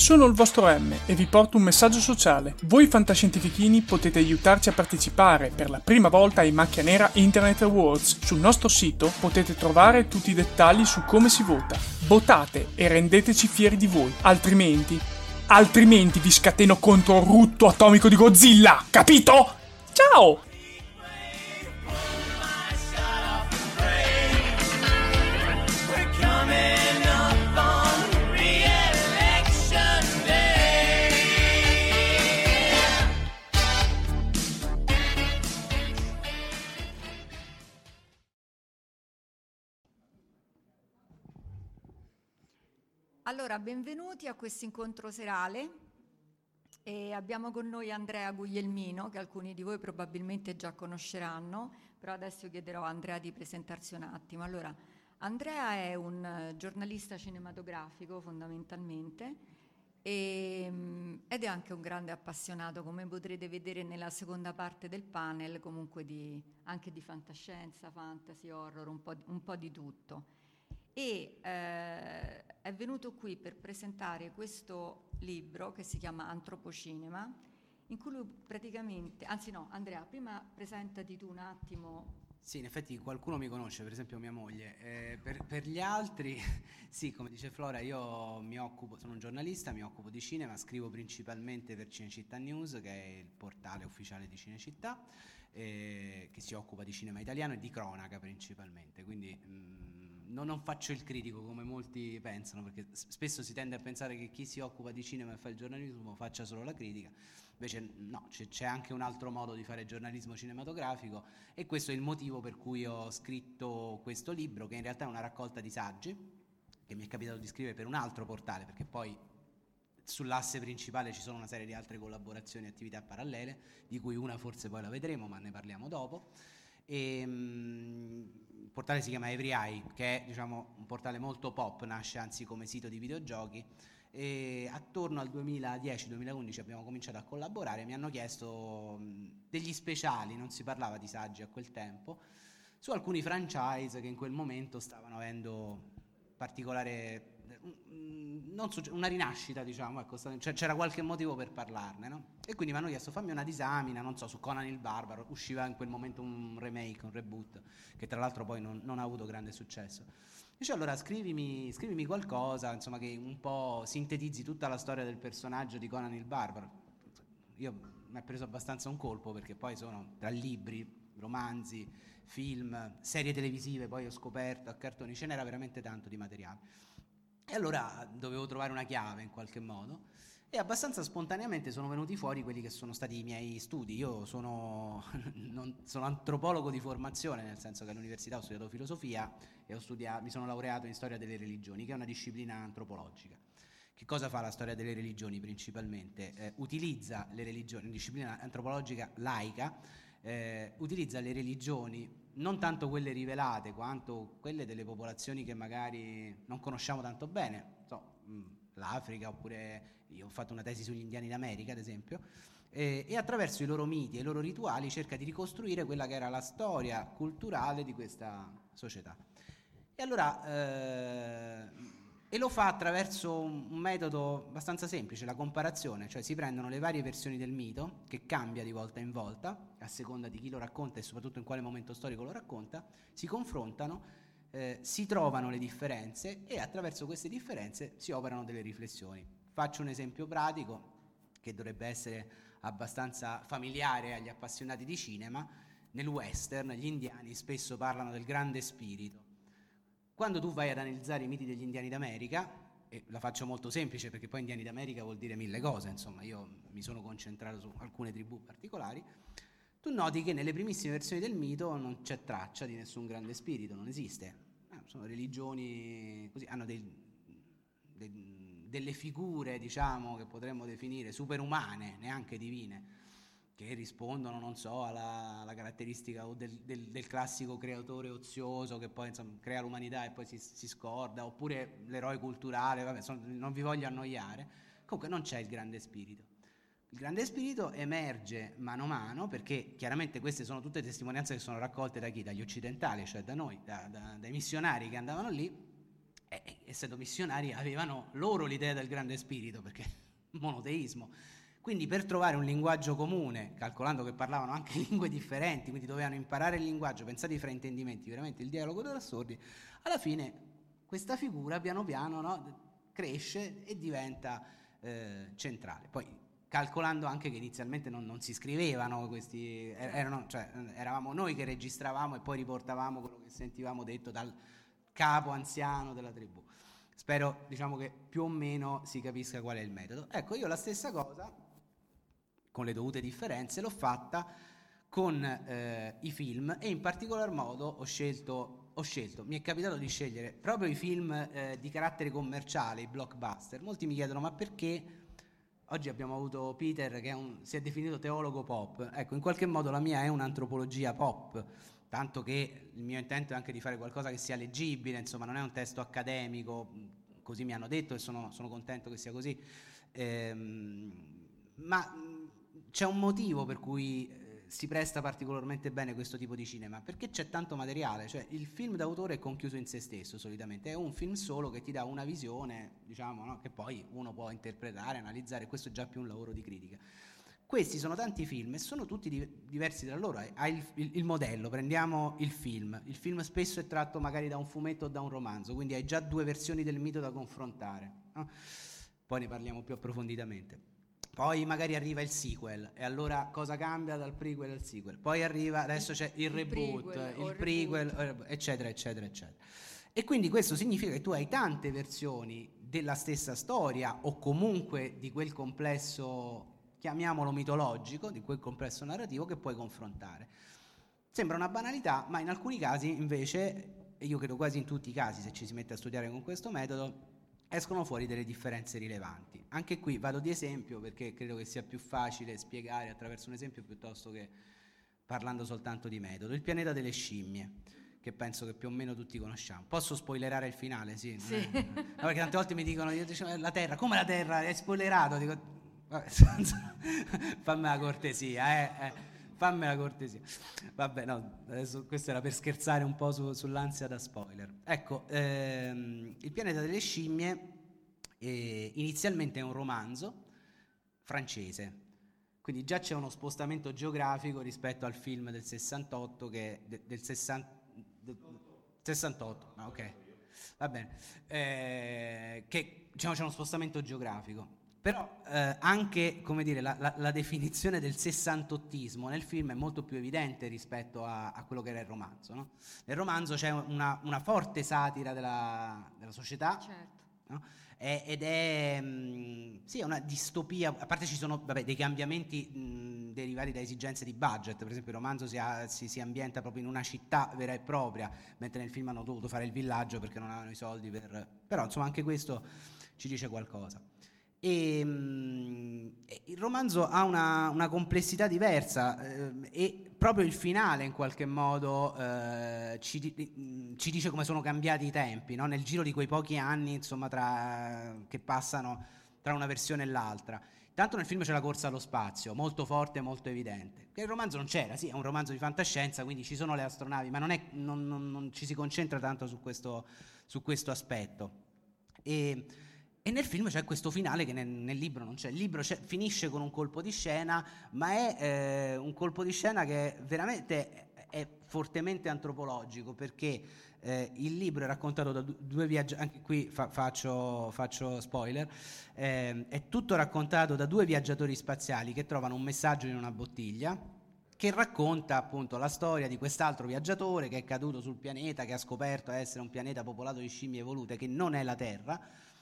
Sono il vostro M e vi porto un messaggio sociale. Voi fantascientifichini potete aiutarci a partecipare per la prima volta ai Macchia Nera Internet Awards. Sul nostro sito potete trovare tutti i dettagli su come si vota. Votate e rendeteci fieri di voi, altrimenti vi scateno contro il rutto atomico di Godzilla, capito? Ciao! Allora, benvenuti a questo incontro serale. E abbiamo con noi Andrea Guglielmino, che alcuni di voi probabilmente già conosceranno, però adesso chiederò a Andrea di presentarsi un attimo. Allora, Andrea è un giornalista cinematografico fondamentalmente ed è anche un grande appassionato, come potrete vedere nella seconda parte del panel, comunque anche di fantascienza, fantasy, horror, un po' di tutto. E è venuto qui per presentare questo libro che si chiama Antropocinema, in cui lui praticamente, anzi no, Andrea, prima presentati tu un attimo. Sì, in effetti qualcuno mi conosce, per esempio mia moglie. Per gli altri, sì, come dice Flora, io sono un giornalista, mi occupo di cinema, scrivo principalmente per Cinecittà News, che è il portale ufficiale di Cinecittà, che si occupa di cinema italiano e di cronaca principalmente, quindi non faccio il critico come molti pensano, perché spesso si tende a pensare che chi si occupa di cinema e fa il giornalismo faccia solo la critica. Invece no, c'è anche un altro modo di fare giornalismo cinematografico, e questo è il motivo per cui ho scritto questo libro, che in realtà è una raccolta di saggi che mi è capitato di scrivere per un altro portale, perché poi sull'asse principale ci sono una serie di altre collaborazioni e attività parallele, di cui una forse poi la vedremo, ma ne parliamo dopo. Il portale si chiama Every Eye, che è, diciamo, un portale molto pop, nasce anzi come sito di videogiochi, e attorno al 2010-2011 abbiamo cominciato a collaborare. Mi hanno chiesto degli speciali, non si parlava di saggi a quel tempo, su alcuni franchise che in quel momento stavano avendo particolare una rinascita, diciamo, ecco, c'era qualche motivo per parlarne, no? E quindi mi hanno chiesto: fammi una disamina, non so, su Conan il Barbaro. Usciva in quel momento un remake, un reboot, che tra l'altro poi non ha avuto grande successo. Dice: allora scrivimi qualcosa, insomma, che un po' sintetizzi tutta la storia del personaggio di Conan il Barbaro. Mi ha preso abbastanza un colpo, perché poi sono tra libri, romanzi, film, serie televisive, poi ho scoperto a cartoni, ce n'era veramente tanto di materiale. E allora dovevo trovare una chiave in qualche modo, e abbastanza spontaneamente sono venuti fuori quelli che sono stati i miei studi. Io sono antropologo di formazione, nel senso che all'università ho studiato filosofia e mi sono laureato in storia delle religioni, che è una disciplina antropologica. Che cosa fa la storia delle religioni principalmente? Utilizza le religioni, una disciplina antropologica laica, utilizza le religioni, non tanto quelle rivelate quanto quelle delle popolazioni che magari non conosciamo tanto bene, l'Africa, oppure io ho fatto una tesi sugli indiani d'America ad esempio, e attraverso i loro miti e i loro rituali cerca di ricostruire quella che era la storia culturale di questa società. E allora e lo fa attraverso un metodo abbastanza semplice, la comparazione, cioè si prendono le varie versioni del mito, che cambia di volta in volta a seconda di chi lo racconta e soprattutto in quale momento storico lo racconta, si confrontano, si trovano le differenze, e attraverso queste differenze si operano delle riflessioni. Faccio un esempio pratico che dovrebbe essere abbastanza familiare agli appassionati di cinema. Nel western gli indiani spesso parlano del grande spirito. Quando tu vai ad analizzare i miti degli indiani d'America, e la faccio molto semplice perché poi indiani d'America vuol dire mille cose, insomma, io mi sono concentrato su alcune tribù particolari, tu noti che nelle primissime versioni del mito non c'è traccia di nessun grande spirito, non esiste. Sono religioni così, hanno delle figure, diciamo, che potremmo definire superumane, neanche divine, che rispondono, non so, alla caratteristica o del classico creatore ozioso che poi, insomma, crea l'umanità e poi si scorda, oppure l'eroe culturale, non vi voglio annoiare. Comunque non c'è il grande spirito. Il grande spirito emerge mano a mano, perché chiaramente queste sono tutte testimonianze che sono raccolte da chi? Dagli occidentali, cioè da noi, dai missionari che andavano lì, essendo missionari, avevano loro l'idea del grande spirito, perché monoteismo. Quindi per trovare un linguaggio comune, calcolando che parlavano anche lingue differenti, quindi dovevano imparare il linguaggio, pensate ai fraintendimenti, veramente il dialogo tra sordi, alla fine questa figura piano piano, no, cresce e diventa centrale. Poi calcolando anche che inizialmente non si scrivevano questi, eravamo noi che registravamo e poi riportavamo quello che sentivamo detto dal capo anziano della tribù. Spero, diciamo, che più o meno si capisca qual è il metodo. Ecco, io la stessa cosa, con le dovute differenze, l'ho fatta con i film, e in particolar modo ho scelto, mi è capitato di scegliere proprio i film di carattere commerciale, i blockbuster. Molti mi chiedono: ma perché? Oggi abbiamo avuto Peter che si è definito teologo pop. Ecco, in qualche modo la mia è un'antropologia pop, tanto che il mio intento è anche di fare qualcosa che sia leggibile, insomma non è un testo accademico, così mi hanno detto e sono contento che sia così, ma c'è un motivo per cui si presta particolarmente bene questo tipo di cinema, perché c'è tanto materiale. Cioè, il film d'autore è conchiuso in se stesso solitamente, è un film solo che ti dà una visione, diciamo, no? Che poi uno può interpretare, analizzare, questo è già più un lavoro di critica. Questi sono tanti film e sono tutti diversi tra loro. Hai il modello, prendiamo il film spesso è tratto magari da un fumetto o da un romanzo, quindi hai già due versioni del mito da confrontare, no? Poi ne parliamo più approfonditamente. Poi magari arriva il sequel, e allora cosa cambia dal prequel al sequel? Poi arriva, adesso c'è il reboot, il prequel, eccetera, eccetera, eccetera. E quindi questo significa che tu hai tante versioni della stessa storia, o comunque di quel complesso, chiamiamolo mitologico, di quel complesso narrativo, che puoi confrontare. Sembra una banalità, ma in alcuni casi invece, e io credo quasi in tutti i casi, se ci si mette a studiare con questo metodo, escono fuori delle differenze rilevanti. Anche qui vado di esempio, perché credo che sia più facile spiegare attraverso un esempio piuttosto che parlando soltanto di metodo. Il pianeta delle scimmie, che penso che più o meno tutti conosciamo. Posso spoilerare il finale? Sì. No, perché tante volte mi dicono: la Terra, come la Terra? È spoilerato? Dico, vabbè, fammi la cortesia, fammi la cortesia. Vabbè, no, adesso questo era per scherzare un po' sull'ansia da spoiler. Ecco, il pianeta delle scimmie inizialmente è un romanzo francese, quindi già c'è uno spostamento geografico rispetto al film del 68, che del 68, ok, va bene, che diciamo c'è uno spostamento geografico. Però anche, come dire, la definizione del sessantottismo nel film è molto più evidente rispetto a quello che era il romanzo, no? Nel romanzo c'è una forte satira della società, certo, no? Ed è sì, è una distopia. A parte ci sono dei cambiamenti derivati da esigenze di budget. Per esempio il romanzo si ambienta proprio in una città vera e propria, mentre nel film hanno dovuto fare il villaggio perché non avevano i soldi però insomma anche questo ci dice qualcosa. E il romanzo ha una complessità diversa, e proprio il finale in qualche modo ci dice come sono cambiati i tempi, no? Nel giro di quei pochi anni, insomma, che passano tra una versione e l'altra. Tanto nel film c'è la corsa allo spazio, molto forte, molto evidente. Che il romanzo non c'era, sì, è un romanzo di fantascienza, quindi ci sono le astronavi, ma non ci si concentra tanto su questo aspetto. E nel film c'è questo finale che nel libro non c'è. Il libro finisce con un colpo di scena, ma è un colpo di scena che veramente è fortemente antropologico, perché il libro è raccontato da due viaggiatori, anche qui faccio spoiler, è tutto raccontato da due viaggiatori spaziali che trovano un messaggio in una bottiglia che racconta appunto la storia di quest'altro viaggiatore che è caduto sul pianeta, che ha scoperto essere un pianeta popolato di scimmie evolute, che non è la Terra.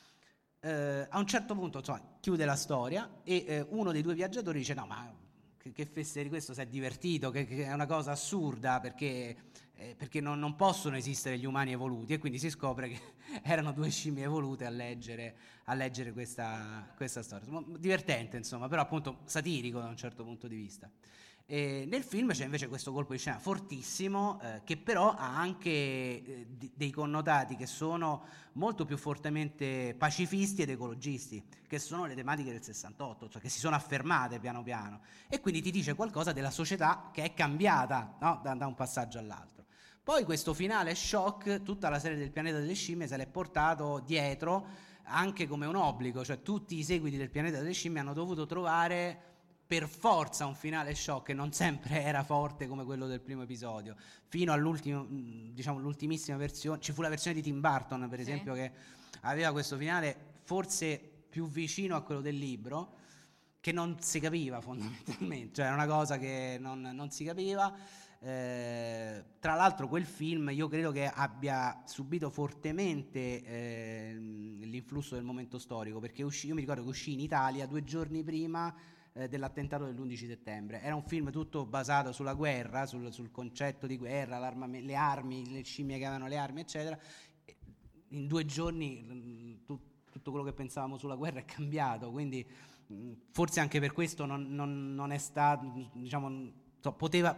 A un certo punto, insomma, chiude la storia e uno dei due viaggiatori dice: no, ma che feste di questo, si è divertito, che è una cosa assurda, perché non possono esistere gli umani evoluti, e quindi si scopre che erano due scimmie evolute a leggere questa storia. Divertente, insomma, però appunto satirico da un certo punto di vista. E nel film c'è invece questo colpo di scena fortissimo, che però ha anche dei connotati che sono molto più fortemente pacifisti ed ecologisti, che sono le tematiche del 68, cioè che si sono affermate piano piano, e quindi ti dice qualcosa della società che è cambiata, no? da un passaggio all'altro. Poi questo finale shock, tutta la serie del Pianeta delle Scimmie se l'è portato dietro anche come un obbligo, cioè tutti i seguiti del Pianeta delle Scimmie hanno dovuto trovare per forza un finale shock che non sempre era forte come quello del primo episodio, fino all'ultimo, diciamo l'ultimissima versione. Ci fu la versione di Tim Burton, per esempio, che aveva questo finale forse più vicino a quello del libro, che non si capiva fondamentalmente, cioè era una cosa che non si capiva. Tra l'altro quel film io credo che abbia subito fortemente l'influsso del momento storico, perché io mi ricordo che uscì in Italia 2 giorni prima dell'attentato dell'11 settembre. Era un film tutto basato sulla guerra, sul concetto di guerra, le armi, le scimmie che avevano le armi, eccetera. In 2 giorni tutto quello che pensavamo sulla guerra è cambiato, quindi forse anche per questo non è stato, diciamo, poteva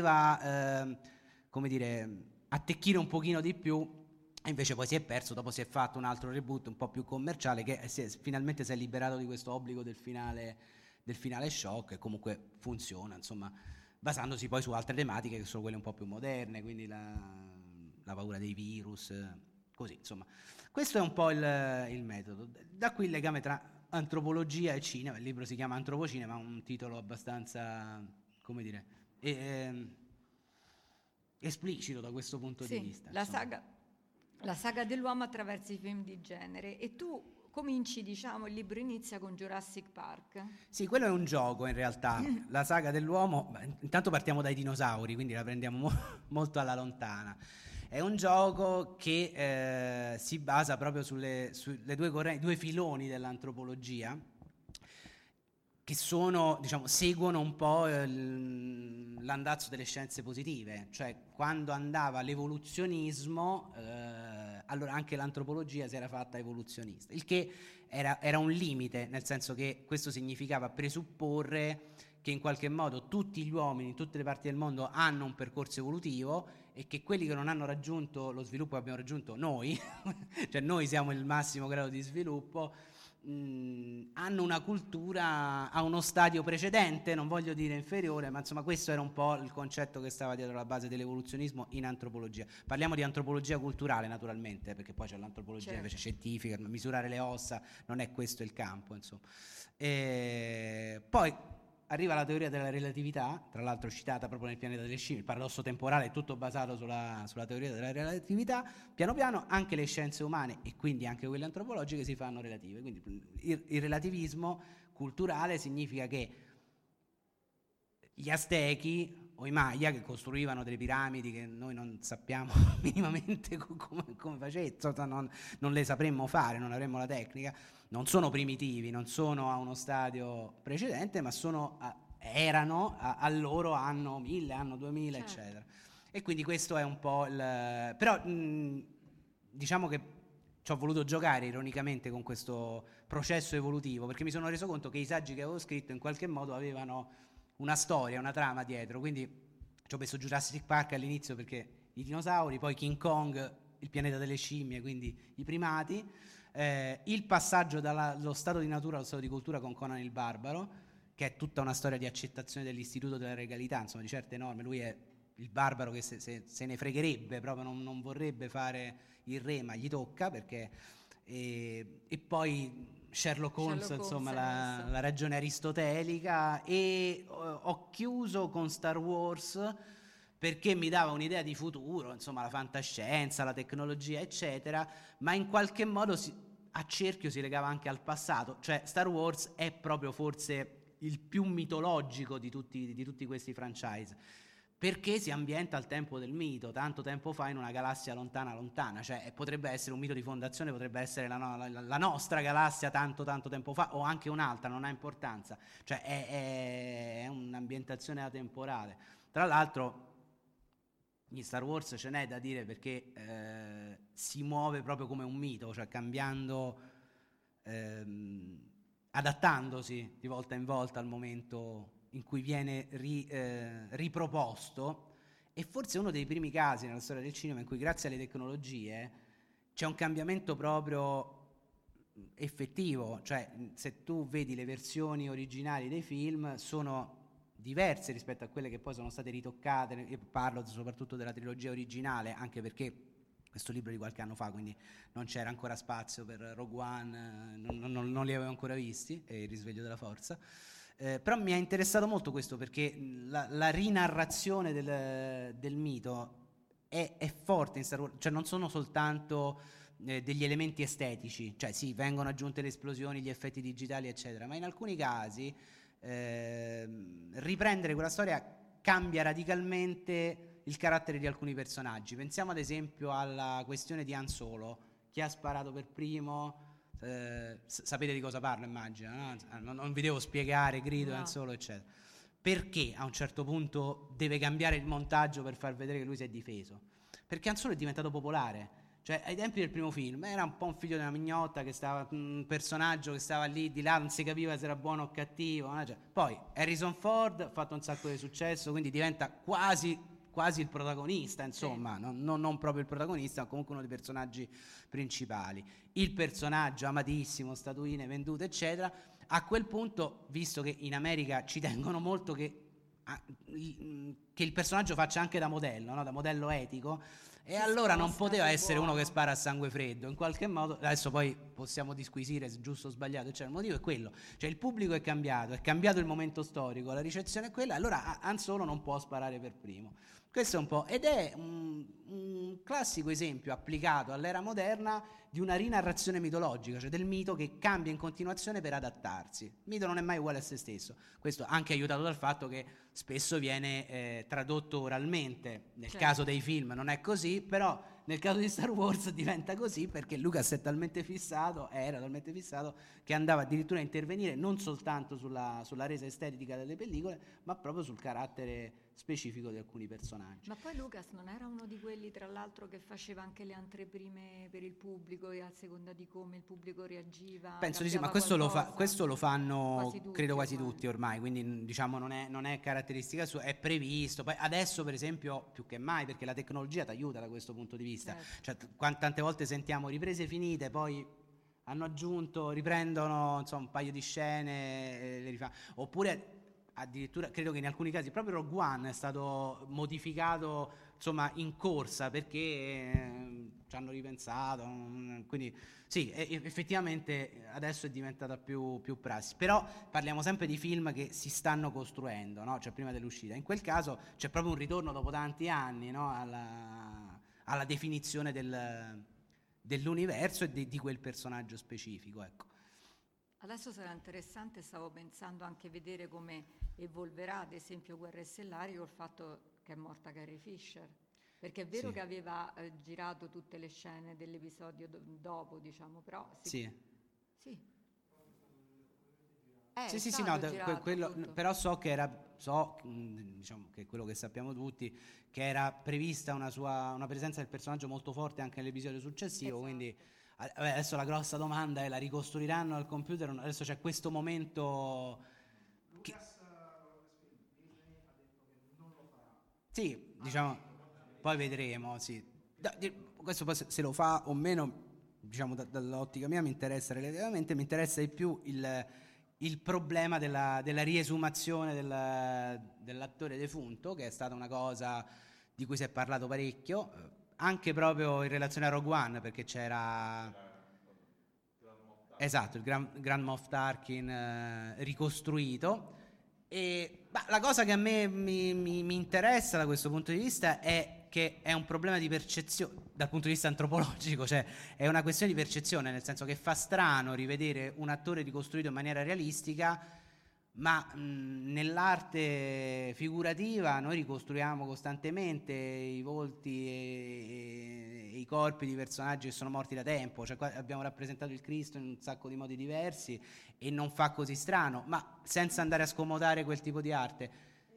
come dire, attecchire un pochino di più. E invece poi si è perso, dopo si è fatto un altro reboot un po' più commerciale che finalmente si è liberato di questo obbligo del finale shock, e comunque funziona, insomma, basandosi poi su altre tematiche che sono quelle un po' più moderne, quindi la paura dei virus, così, insomma. Questo è un po' il metodo. Da qui il legame tra antropologia e cinema. Il libro si chiama Antropocinema, un titolo abbastanza, come dire, esplicito da questo punto di vista. La saga dell'uomo attraverso i film di genere. E tu cominci, diciamo, il libro inizia con Jurassic Park. Sì, quello è un gioco in realtà. La saga dell'uomo, intanto partiamo dai dinosauri, quindi la prendiamo molto alla lontana. È un gioco che si basa proprio sulle due filoni dell'antropologia, che sono, diciamo, seguono un po' l'andazzo delle scienze positive, cioè quando andava l'evoluzionismo, allora anche l'antropologia si era fatta evoluzionista, il che era un limite, nel senso che questo significava presupporre che in qualche modo tutti gli uomini in tutte le parti del mondo hanno un percorso evolutivo, e che quelli che non hanno raggiunto lo sviluppo che abbiamo raggiunto noi, cioè noi siamo il massimo grado di sviluppo, hanno una cultura a uno stadio precedente, non voglio dire inferiore, ma insomma questo era un po' il concetto che stava dietro la base dell'evoluzionismo in antropologia. Parliamo di antropologia culturale naturalmente, perché poi c'è l'antropologia invece scientifica, misurare le ossa, non è questo il campo, insomma. Poi arriva la teoria della relatività, tra l'altro citata proprio nel Pianeta delle Scimmie. Il paradosso temporale è tutto basato sulla teoria della relatività. Piano piano anche le scienze umane, e quindi anche quelle antropologiche, si fanno relative. Quindi il relativismo culturale significa che gli Aztechi o i Maya, che costruivano delle piramidi che noi non sappiamo minimamente come facevano, non le sapremmo fare, non avremmo la tecnica, non sono primitivi, non sono a uno stadio precedente, ma erano al loro anno 1000, anno 2000, certo, eccetera. E quindi questo è un po' il... Però diciamo che ci ho voluto giocare ironicamente con questo processo evolutivo, perché mi sono reso conto che i saggi che avevo scritto in qualche modo avevano una storia, una trama dietro, quindi ci ho messo Jurassic Park all'inizio perché i dinosauri, poi King Kong, il pianeta delle scimmie, quindi i primati, il passaggio dallo stato di natura allo stato di cultura con Conan il Barbaro, che è tutta una storia di accettazione dell'istituto della regalità, insomma, di certe norme. Lui è il barbaro che se ne fregherebbe, proprio non vorrebbe fare il re, ma gli tocca perché... E poi Sherlock Holmes, insomma, la ragione aristotelica. E ho chiuso con Star Wars perché mi dava un'idea di futuro, insomma, la fantascienza, la tecnologia, eccetera, ma in qualche modo a cerchio si legava anche al passato. Cioè Star Wars è proprio forse il più mitologico di tutti questi franchise, perché si ambienta al tempo del mito, tanto tempo fa in una galassia lontana lontana, cioè potrebbe essere un mito di fondazione, potrebbe essere la nostra galassia tanto tempo fa, o anche un'altra, non ha importanza, cioè è un'ambientazione atemporale. Tra l'altro in Star Wars ce n'è da dire, perché si muove proprio come un mito, cioè cambiando, adattandosi di volta in volta al momento in cui viene riproposto. E forse uno dei primi casi nella storia del cinema in cui grazie alle tecnologie c'è un cambiamento proprio effettivo, cioè se tu vedi le versioni originali dei film sono diverse rispetto a quelle che poi sono state ritoccate. Io parlo soprattutto della trilogia originale, anche perché questo libro è di qualche anno fa, quindi non c'era ancora spazio per Rogue One, non li avevo ancora visti, e il Risveglio della Forza. Però mi ha interessato molto questo, perché la rinarrazione del mito è forte in Star Wars, cioè non sono soltanto degli elementi estetici, cioè sì, vengono aggiunte le esplosioni, gli effetti digitali eccetera, ma in alcuni casi riprendere quella storia cambia radicalmente il carattere di alcuni personaggi. Pensiamo ad esempio alla questione di Han Solo, chi ha sparato per primo. Sapete di cosa parlo, immagino, no? Non vi devo spiegare, grido, No. Han Solo eccetera. Perché a un certo punto deve cambiare il montaggio per far vedere che lui si è difeso? Perché Han Solo è diventato popolare. Cioè, ai tempi del primo film era un po' un figlio di una mignotta, che stava, un personaggio che stava lì di là, non si capiva se era buono o cattivo, no? Cioè, poi Harrison Ford ha fatto un sacco di successo, quindi diventa quasi il protagonista, insomma, Sì. non proprio il protagonista, ma comunque uno dei personaggi principali. Il personaggio amatissimo, statuine vendute, eccetera. A quel punto, visto che in America ci tengono molto che il personaggio faccia anche da modello, no? Da modello etico, e allora non poteva essere uno che spara a sangue freddo, in qualche modo. Adesso poi possiamo disquisire se giusto o sbagliato, cioè, il motivo è quello, cioè il pubblico è cambiato il momento storico, la ricezione è quella, allora Han Solo non può sparare per primo. Questo è un po', ed è un classico esempio applicato all'era moderna di una rinarrazione mitologica, cioè del mito che cambia in continuazione per adattarsi. Il mito non è mai uguale a se stesso, questo anche aiutato dal fatto che spesso viene tradotto oralmente. Nel caso dei film non è così, però nel caso di Star Wars diventa così, perché Lucas era talmente fissato che andava addirittura a intervenire non soltanto sulla resa estetica delle pellicole, ma proprio sul carattere specifico di alcuni personaggi. Ma poi Lucas non era uno di quelli, tra l'altro, che faceva anche le anteprime per il pubblico, e a seconda di come il pubblico reagiva? Penso di sì, ma questo lo fanno credo quasi tutti ormai, quindi diciamo non è caratteristica sua, è previsto. Poi adesso per esempio più che mai, perché la tecnologia ti aiuta da questo punto di vista. Certo. Cioè, tante volte sentiamo riprese finite, poi hanno aggiunto, riprendono insomma un paio di scene, le rifanno. Oppure addirittura credo che in alcuni casi proprio Rogue One è stato modificato insomma in corsa, perché ci hanno ripensato, quindi sì, effettivamente adesso è diventata più prassi. Però parliamo sempre di film che si stanno costruendo, no? Cioè prima dell'uscita. In quel caso c'è proprio un ritorno dopo tanti anni, no? alla definizione dell'universo e di quel personaggio specifico, ecco. Adesso sarà interessante, stavo pensando anche vedere come evolverà, ad esempio, Guerre Stellari, col fatto che è morta Carrie Fisher. Perché è vero che aveva girato tutte le scene dell'episodio dopo, diciamo, però... Sì. Sì. Sì, no, però so che diciamo che è quello che sappiamo tutti, che era prevista una presenza del personaggio molto forte anche nell'episodio successivo, quindi adesso la grossa domanda è: la ricostruiranno al computer? Adesso c'è questo momento che... Sì, diciamo, poi vedremo, sì. Questo poi se lo fa o meno, diciamo dall'ottica mia mi interessa relativamente, mi interessa di più il problema della riesumazione dell'attore defunto, che è stata una cosa di cui si è parlato parecchio, anche proprio in relazione a Rogue One, perché c'era esatto, il Grand Moff Tarkin ricostruito. E la cosa che a me mi interessa da questo punto di vista è che è un problema di percezione dal punto di vista antropologico, cioè è una questione di percezione, nel senso che fa strano rivedere un attore ricostruito in maniera realistica, ma nell'arte figurativa noi ricostruiamo costantemente i volti e i corpi di personaggi che sono morti da tempo. Cioè, qua abbiamo rappresentato il Cristo in un sacco di modi diversi e non fa così strano, ma senza andare a scomodare quel tipo di arte.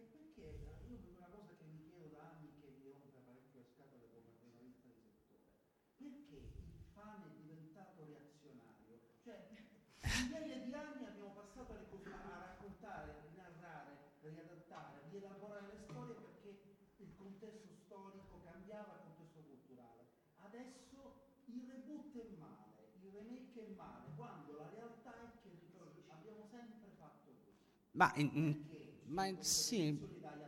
Migliaia di anni abbiamo passato a raccontare, a rinarrare, a riadattare, a rielaborare le storie, perché il contesto storico cambiava, il contesto culturale. Adesso il reboot è male, il remake è male, quando la realtà è che abbiamo sempre fatto così. Ma Ma sì,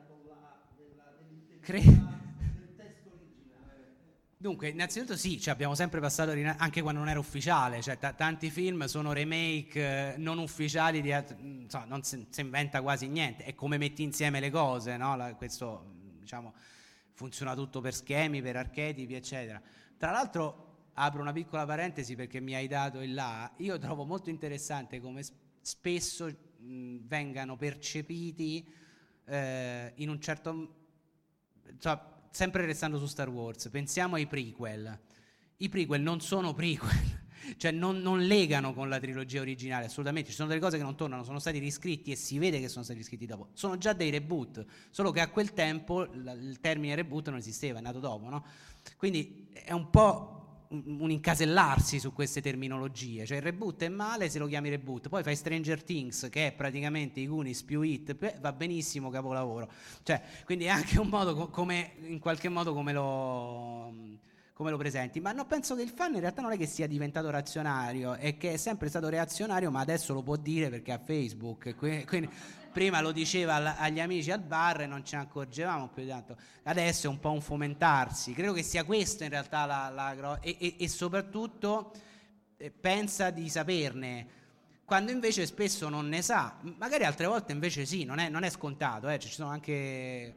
dunque, innanzitutto sì, cioè abbiamo sempre passato anche quando non era ufficiale, cioè tanti film sono remake non ufficiali insomma, non si inventa quasi niente, è come metti insieme le cose, no? Questo diciamo funziona tutto per schemi, per archetipi, eccetera. Tra l'altro apro una piccola parentesi perché mi hai dato il là, io trovo molto interessante come spesso vengano percepiti in un certo, cioè, sempre restando su Star Wars, pensiamo ai prequel. I prequel non sono prequel, cioè non legano con la trilogia originale, assolutamente. Ci sono delle cose che non tornano, sono stati riscritti e si vede che sono stati riscritti dopo. Sono già dei reboot, solo che a quel tempo il termine reboot non esisteva, è nato dopo, no? Quindi è un po' un incasellarsi su queste terminologie, cioè il reboot è male se lo chiami reboot, poi fai Stranger Things che è praticamente i Goonies più hit, va benissimo, capolavoro, cioè quindi è anche un modo come in qualche modo come lo presenti, ma no, penso che il fan in realtà non è che sia diventato reazionario, è che è sempre stato reazionario, ma adesso lo può dire perché ha Facebook, quindi prima lo diceva agli amici al bar e non ce ne accorgevamo più di tanto, adesso è un po' un fomentarsi, credo che sia questo in realtà e soprattutto pensa di saperne, quando invece spesso non ne sa, magari altre volte invece sì, non è scontato, cioè, ci sono anche,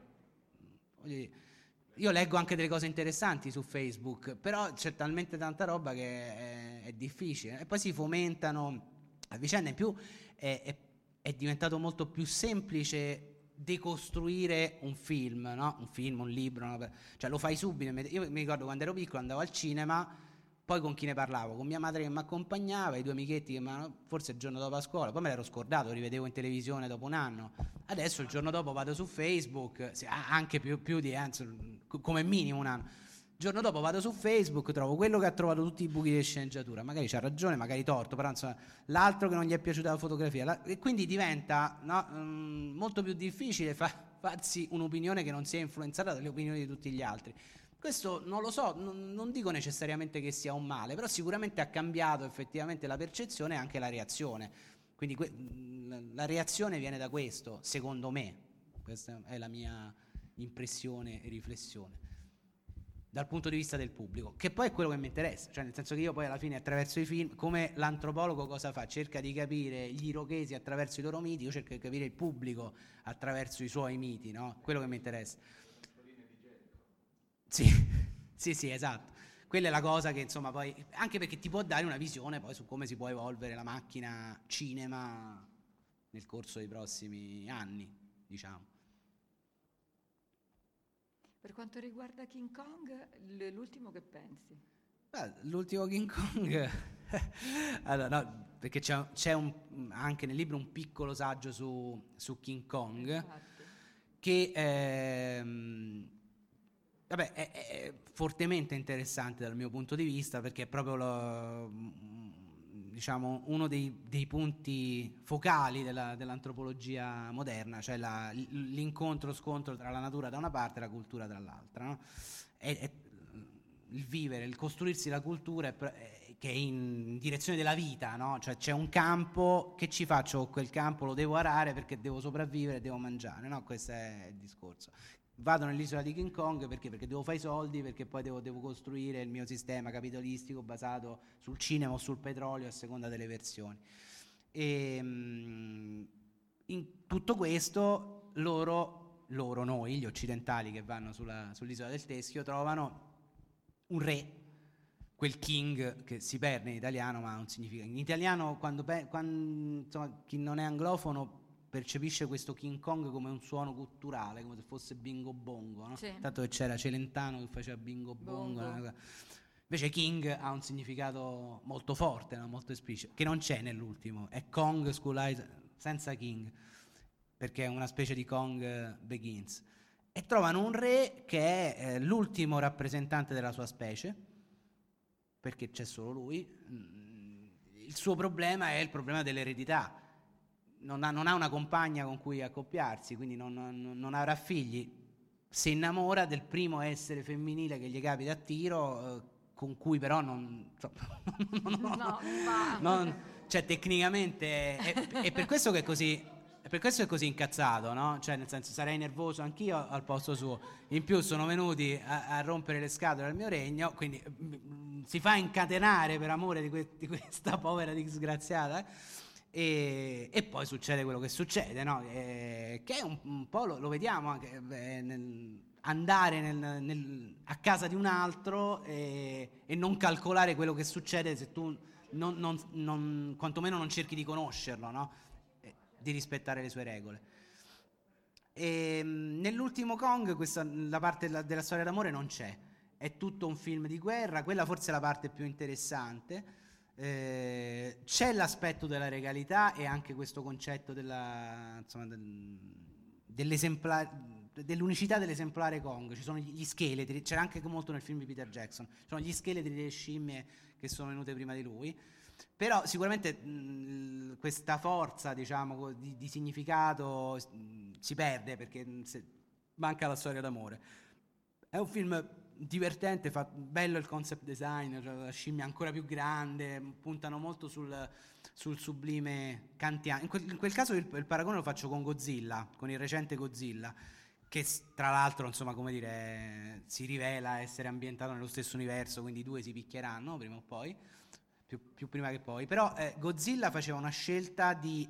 io leggo anche delle cose interessanti su Facebook, però c'è talmente tanta roba che è difficile, e poi si fomentano a vicenda, in più è diventato molto più semplice decostruire un film, no? Un film, un libro, no? Cioè lo fai subito. Io mi ricordo quando ero piccolo andavo al cinema, poi con chi ne parlavo? Con mia madre che mi accompagnava, i due amichetti che forse il giorno dopo a scuola, poi me l'ero scordato, rivedevo in televisione dopo un anno. Adesso il giorno dopo vado su Facebook, anche più di come minimo un anno. Il giorno dopo vado su Facebook, trovo quello che ha trovato tutti i buchi di sceneggiatura, magari c'ha ragione, magari torto, però insomma, l'altro che non gli è piaciuta la fotografia, e quindi diventa molto più difficile farsi un'opinione che non sia influenzata dalle opinioni di tutti gli altri. Questo non lo so, non dico necessariamente che sia un male, però sicuramente ha cambiato effettivamente la percezione e anche la reazione. Quindi la reazione viene da questo, secondo me. Questa è la mia impressione e riflessione. Dal punto di vista del pubblico, che poi è quello che mi interessa, cioè nel senso che io poi alla fine attraverso i film, come l'antropologo cosa fa? Cerca di capire gli irochesi attraverso i loro miti, io cerco di capire il pubblico attraverso i suoi miti, no? Quello che mi interessa. Sì, esatto. Quella è la cosa che insomma poi, anche perché ti può dare una visione poi su come si può evolvere la macchina cinema nel corso dei prossimi anni, diciamo. Per quanto riguarda King Kong, l'ultimo che pensi? L'ultimo King Kong allora, no, perché c'è anche nel libro un piccolo saggio su King Kong. Infatti. Che è fortemente interessante dal mio punto di vista, perché è proprio diciamo uno dei punti focali dell'antropologia moderna, cioè l'incontro-scontro tra la natura da una parte e la cultura dall'altra, no? È il vivere, il costruirsi la cultura che è in direzione della vita, no? Cioè c'è un campo, che ci faccio con quel campo? Lo devo arare perché devo sopravvivere, devo mangiare, no? Questo è il discorso. Vado nell'isola di King Kong perché devo fare i soldi, perché poi devo costruire il mio sistema capitalistico basato sul cinema o sul petrolio a seconda delle versioni. E in tutto questo noi, gli occidentali che vanno sull'isola del Teschio, trovano un re, quel king che si perde in italiano ma non significa. In italiano quando insomma, chi non è anglofono percepisce questo King Kong come un suono culturale, come se fosse Bingo Bongo, no? Sì. Tanto che c'era Celentano che faceva Bingo Bongo. Invece King ha un significato molto forte, no? Molto esplicito, che non c'è nell'ultimo, è Kong School Eyes senza King, perché è una specie di Kong Begins. E trovano un re che è l'ultimo rappresentante della sua specie, perché c'è solo lui. Il suo problema è il problema dell'eredità. Non ha una compagna con cui accoppiarsi, quindi non avrà figli. Si innamora del primo essere femminile che gli capita a tiro, con cui però cioè tecnicamente è per questo che è così. per questo è così incazzato, no? Cioè, nel senso, sarei nervoso anch'io al posto suo. In più sono venuti a rompere le scatole al mio regno, quindi si fa incatenare per amore di questa povera disgraziata. E poi succede quello che succede, no? Che è un po' lo vediamo anche andare a casa di un altro e non calcolare quello che succede se tu quantomeno non cerchi di conoscerlo, no? Di rispettare le sue regole. E nell'ultimo Kong la parte della storia d'amore non c'è, è tutto un film di guerra, quella forse è la parte più interessante. C'è l'aspetto della regalità e anche questo concetto dell'unicità dell'esemplare Kong. Ci sono gli scheletri, c'era anche molto nel film di Peter Jackson, ci sono gli scheletri delle scimmie che sono venute prima di lui, però sicuramente questa forza, diciamo, di significato si perde perché manca la storia d'amore. È un film divertente, bello il concept design, cioè la scimmia ancora più grande, puntano molto sul sublime kantiano. In quel caso il paragone lo faccio con Godzilla, con il recente Godzilla, che tra l'altro, insomma, come dire, si rivela essere ambientato nello stesso universo, quindi i due si picchieranno prima o poi, più prima che poi. Però Godzilla faceva una scelta di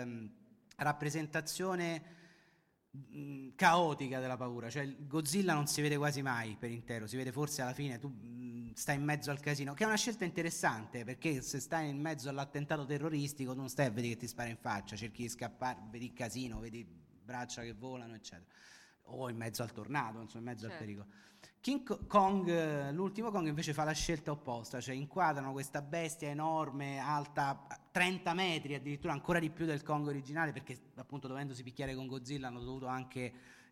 rappresentazione caotica della paura, cioè Godzilla non si vede quasi mai per intero, si vede forse alla fine, tu stai in mezzo al casino, che è una scelta interessante, perché se stai in mezzo all'attentato terroristico tu non stai a vedere che ti spara in faccia, cerchi di scappare, vedi il casino, vedi braccia che volano, eccetera, o in mezzo al tornado, insomma, in mezzo al pericolo. King Kong, l'ultimo Kong, invece fa la scelta opposta, cioè inquadrano questa bestia enorme, alta 30 metri, addirittura ancora di più del Kong originale, perché appunto dovendosi picchiare con Godzilla hanno dovuto anche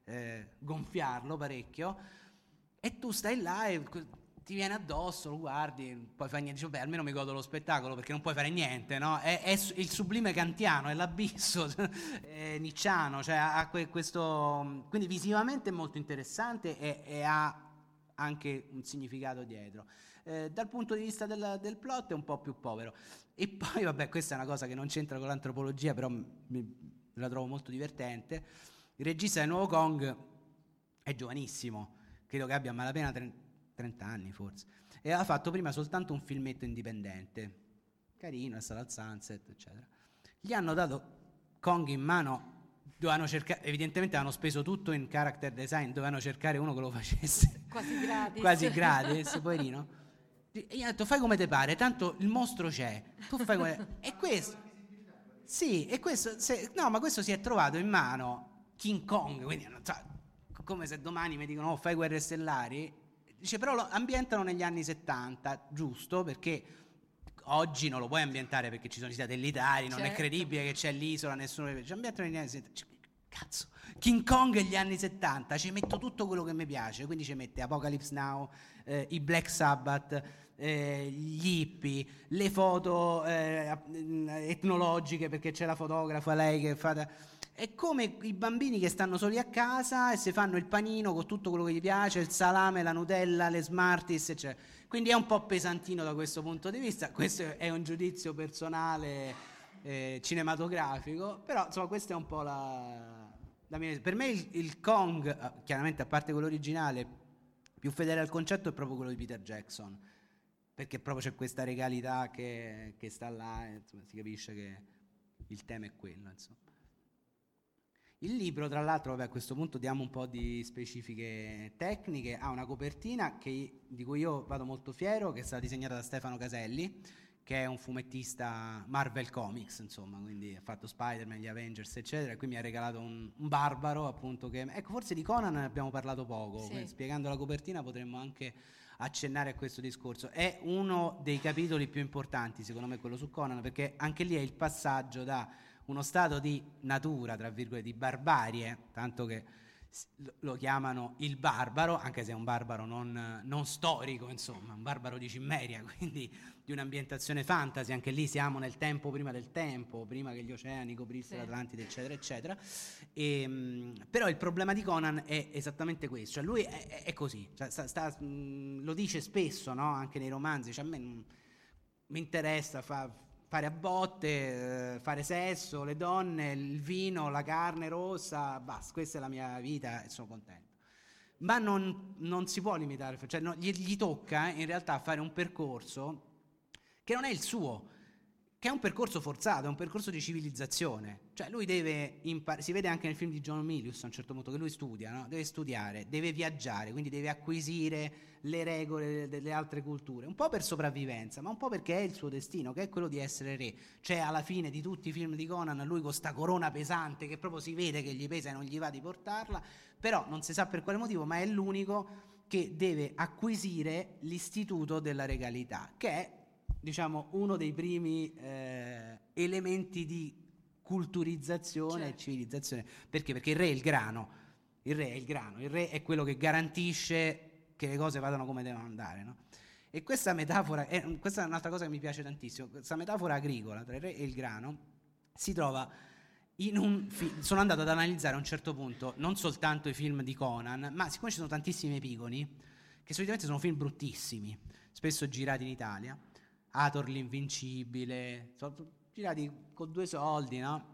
gonfiarlo parecchio, e tu stai là e ti viene addosso, lo guardi, poi fai niente, dici, beh, almeno mi godo lo spettacolo perché non puoi fare niente, no? È il sublime kantiano, è l'abisso nicciano, cioè ha questo, quindi visivamente è molto interessante e ha anche un significato dietro. Dal punto di vista del plot è un po' più povero. E poi, vabbè, questa è una cosa che non c'entra con l'antropologia, però la trovo molto divertente. Il regista del nuovo Kong è giovanissimo, credo che abbia a malapena 30 anni forse, e aveva fatto prima soltanto un filmetto indipendente, carino, è stato al Sunset, eccetera. Gli hanno dato Kong in mano, dovevano cercare, evidentemente avevano speso tutto in character design, dovevano cercare uno che lo facesse quasi gratis, poverino, e gli hanno detto fai come te pare, tanto il mostro c'è, tu fai come... e questo sì, e questo no, ma questo si è trovato in mano King Kong, quindi come se domani mi dicono fai Guerre Stellari, dice, però lo ambientano negli anni 70, giusto, perché oggi non lo puoi ambientare perché ci sono i satellitari, non è credibile che c'è l'isola, nessuno ci ambientano negli anni 70. Cazzo, King Kong e gli anni 70, ci metto tutto quello che mi piace, quindi ci mette Apocalypse Now, i Black Sabbath, gli hippie, le foto etnologiche, perché c'è la fotografa, lei che fa... È come i bambini che stanno soli a casa e si fanno il panino con tutto quello che gli piace, il salame, la Nutella, le Smarties, eccetera. Quindi è un po' pesantino da questo punto di vista. Questo è un giudizio personale cinematografico, però insomma questa è un po' la mia... Per me il Kong, chiaramente a parte quello originale, più fedele al concetto è proprio quello di Peter Jackson, perché proprio c'è questa regalità che sta là, e, insomma, si capisce che il tema è quello, insomma. Il libro, tra l'altro, vabbè, a questo punto diamo un po' di specifiche tecniche, ha una copertina di cui io vado molto fiero, che è stata disegnata da Stefano Caselli, che è un fumettista Marvel Comics, insomma, quindi ha fatto Spider-Man, gli Avengers, eccetera, e qui mi ha regalato un barbaro, appunto, che... Ecco, forse di Conan ne abbiamo parlato poco, quindi, spiegando la copertina potremmo anche accennare a questo discorso. È uno dei capitoli più importanti, secondo me, quello su Conan, perché anche lì è il passaggio da uno stato di natura, tra virgolette, di barbarie, tanto che lo chiamano il barbaro, anche se è un barbaro non storico, insomma, un barbaro di Cimmeria, quindi di un'ambientazione fantasy, anche lì siamo nel tempo prima del tempo, prima che gli oceani coprissero l'Atlantide, eccetera, eccetera. Però il problema di Conan è esattamente questo, cioè lui è così, cioè lo dice spesso, no? Anche nei romanzi, cioè a me non mi interessa, fa fare a botte, fare sesso, le donne, il vino, la carne rossa, basta, questa è la mia vita e sono contento. Ma non si può limitare, cioè gli tocca in realtà fare un percorso che non è il suo, che è un percorso forzato, è un percorso di civilizzazione. Cioè lui deve si vede anche nel film di John Milius a un certo punto che lui studia, no? Deve studiare, deve viaggiare, quindi deve acquisire le regole delle altre culture, un po' per sopravvivenza, ma un po' perché è il suo destino, che è quello di essere re. Cioè alla fine di tutti i film di Conan lui con sta corona pesante che proprio si vede che gli pesa e non gli va di portarla, però non si sa per quale motivo, ma è l'unico che deve acquisire l'istituto della regalità, che è, diciamo, uno dei primi elementi di culturizzazione e civilizzazione. Perché? Perché il re è il grano, il re è quello che garantisce che le cose vadano come devono andare, no? E questa metafora, questa è un'altra cosa che mi piace tantissimo, questa metafora agricola tra il re e il grano si trova in un sono andato ad analizzare a un certo punto non soltanto i film di Conan, ma siccome ci sono tantissimi epigoni, che solitamente sono film bruttissimi, spesso girati in Italia, Hathor l'Invincibile, sono girati con 2 soldi, no?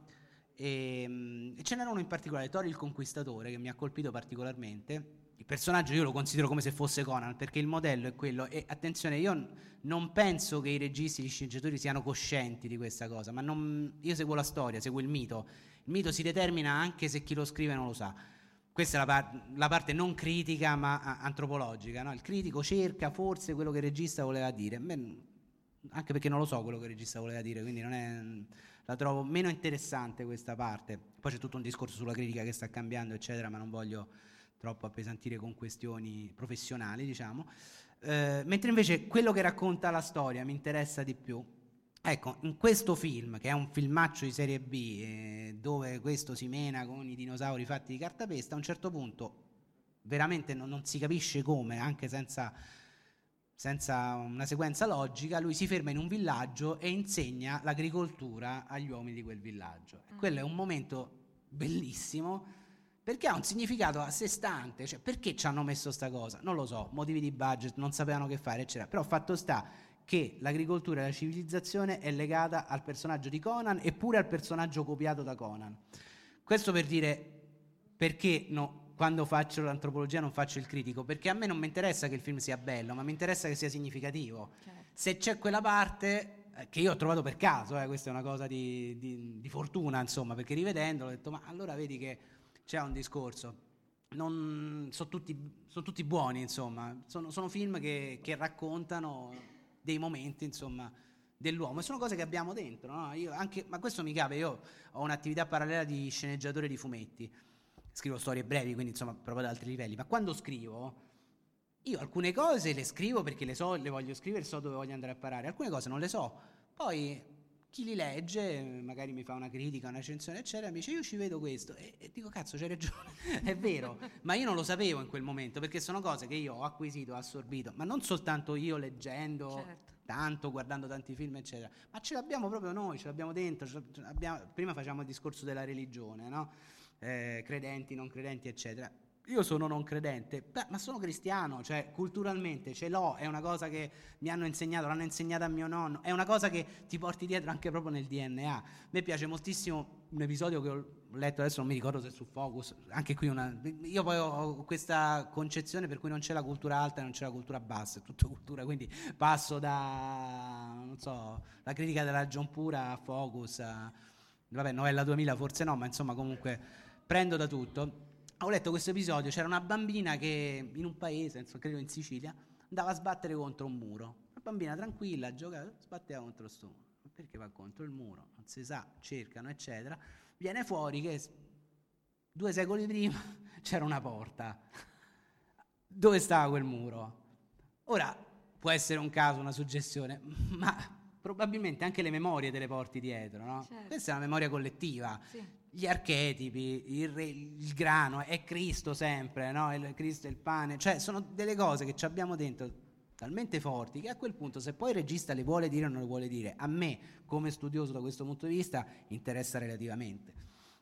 E ce n'era uno in particolare, Thor il Conquistatore, che mi ha colpito particolarmente. Il personaggio io lo considero come se fosse Conan, perché il modello è quello. E attenzione, io non penso che i registi, gli sceneggiatori siano coscienti di questa cosa, ma io seguo la storia, seguo il mito. Il mito si determina anche se chi lo scrive non lo sa. Questa è la parte non critica ma antropologica, no? Il critico cerca forse quello che il regista voleva dire. Anche perché non lo so quello che il regista voleva dire, quindi la trovo meno interessante questa parte. Poi c'è tutto un discorso sulla critica che sta cambiando, eccetera, ma non voglio troppo appesantire con questioni professionali, diciamo. Mentre invece quello che racconta la storia mi interessa di più. Ecco, in questo film, che è un filmaccio di serie B, dove questo si mena con i dinosauri fatti di cartapesta, a un certo punto veramente non si capisce come, anche senza una sequenza logica, lui si ferma in un villaggio e insegna l'agricoltura agli uomini di quel villaggio. Quello è un momento bellissimo, perché ha un significato a sé stante. Cioè, perché ci hanno messo sta cosa? Non lo so, motivi di budget, non sapevano che fare, eccetera. Però fatto sta che l'agricoltura e la civilizzazione è legata al personaggio di Conan e pure al personaggio copiato da Conan. Questo per dire perché quando faccio l'antropologia non faccio il critico, perché a me non mi interessa che il film sia bello, ma mi interessa che sia significativo. Certo. Se c'è quella parte che io ho trovato per caso, questa è una cosa di fortuna, insomma, perché rivedendolo ho detto, ma allora vedi che c'è un discorso. Sono tutti buoni, insomma, sono film che raccontano dei momenti, insomma, dell'uomo, e sono cose che abbiamo dentro, no? Ma questo mi capita, io ho un'attività parallela di sceneggiatore di fumetti, scrivo storie brevi, quindi insomma proprio ad altri livelli, ma quando scrivo io alcune cose le scrivo perché le so, le voglio scrivere, so dove voglio andare a parare, alcune cose non le so, poi chi li legge magari mi fa una critica, una recensione eccetera, mi dice io ci vedo questo e dico cazzo c'hai ragione, è vero, ma io non lo sapevo in quel momento, perché sono cose che io ho acquisito, ho assorbito, ma non soltanto io leggendo, certo, tanto, guardando tanti film eccetera, ma ce l'abbiamo proprio noi, ce l'abbiamo dentro, prima facciamo il discorso della religione, no? Credenti, non credenti eccetera. Io sono non credente, ma sono cristiano, cioè culturalmente ce l'ho, è una cosa che mi hanno insegnato, l'hanno insegnata a mio nonno, è una cosa che ti porti dietro anche proprio nel DNA. A me piace moltissimo un episodio che ho letto, adesso non mi ricordo se è su Focus, anche qui io poi ho questa concezione per cui non c'è la cultura alta e non c'è la cultura bassa, è tutta cultura, quindi passo da, non so, la critica della John Pura a Focus, vabbè, Novella 2000 forse no, ma insomma comunque prendo da tutto. Ho letto questo episodio, c'era una bambina che in un paese, insomma, credo in Sicilia, andava a sbattere contro un muro. Una bambina tranquilla, giocava, sbatteva contro sto muro. Ma perché va contro il muro? Non si sa, cercano, eccetera. Viene fuori che 2 secoli prima c'era una porta. Dove stava quel muro? Ora, può essere un caso, una suggestione, ma probabilmente anche le memorie te le porti dietro, no? Certo. Questa è una memoria collettiva. Sì. Gli archetipi, il grano, è Cristo sempre, no? Il Cristo è il pane, cioè sono delle cose che ci abbiamo dentro talmente forti che a quel punto se poi il regista le vuole dire o non le vuole dire, a me come studioso da questo punto di vista interessa relativamente.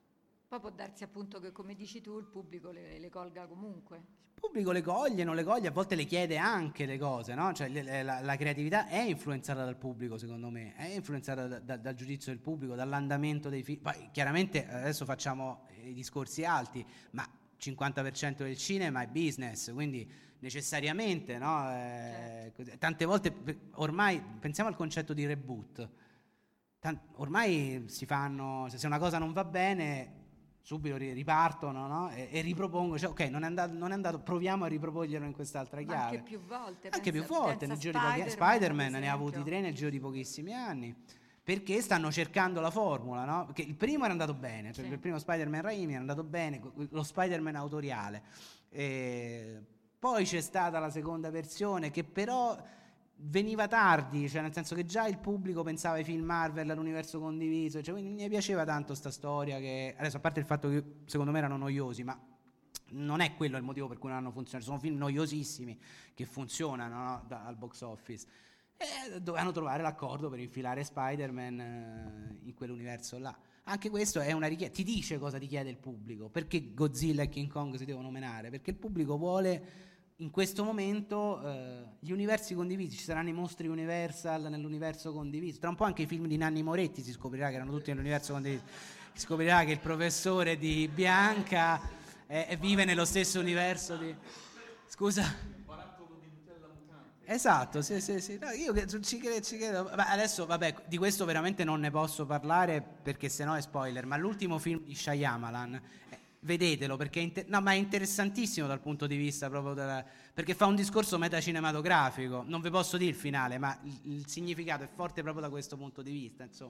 Poi può darsi appunto che, come dici tu, il pubblico le colga comunque. Il pubblico le coglie, non le coglie, a volte le chiede anche le cose, no? Cioè la creatività è influenzata dal pubblico, secondo me, è influenzata dal giudizio del pubblico, dall'andamento dei film. Poi chiaramente adesso facciamo i discorsi alti, ma 50% del cinema è business, quindi necessariamente, no? Tante volte, ormai, pensiamo al concetto di reboot, ormai si fanno, se una cosa non va bene, subito ripartono, no? E ripropongo, cioè, ok, non è andato, proviamo a riproporglielo in quest'altra chiave. Anche più volte. Anche più volte, nel giro di Spider-Man ne ha avuti 3 nel giro di pochissimi anni, perché stanno cercando la formula, no? Perché il primo era andato bene, cioè il primo Spider-Man Raimi era andato bene, lo Spider-Man autoriale. Poi c'è stata la seconda versione che però veniva tardi, cioè nel senso che già il pubblico pensava ai film Marvel, all'universo condiviso, cioè, quindi mi piaceva tanto sta storia, che adesso, a parte il fatto che secondo me erano noiosi, ma non è quello il motivo per cui non hanno funzionato, sono film noiosissimi che funzionano, no? Al box office, e dovevano trovare l'accordo per infilare Spider-Man in quell'universo là. Anche questo è una richiesta, ti dice cosa ti chiede il pubblico. Perché Godzilla e King Kong si devono menare? Perché il pubblico vuole in questo momento gli universi condivisi. Ci saranno i mostri Universal nell'universo condiviso, tra un po' anche i film di Nanni Moretti si scoprirà che erano tutti nell'universo condiviso, si scoprirà che il professore di Bianca vive nello stesso universo di... Scusa? Esatto, sì. No, io ci credo. Adesso, vabbè, di questo veramente non ne posso parlare perché sennò è spoiler, ma l'ultimo film di Shyamalan, vedetelo, perché ma è interessantissimo dal punto di vista proprio perché fa un discorso metacinematografico. Non vi posso dire il finale, ma il significato è forte proprio da questo punto di vista, insomma.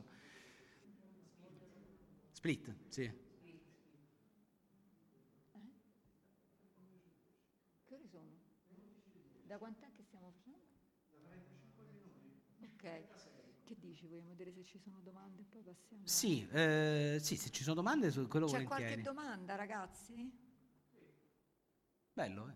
Split, sì. Che ore sono? Da quant'è che stiamo facendo? Da 45 minuti. Ok. Che dici? Vogliamo vedere se ci sono domande e poi passiamo? Sì, se ci sono domande su quello C'è volentieri. qualche domanda, ragazzi? Bello,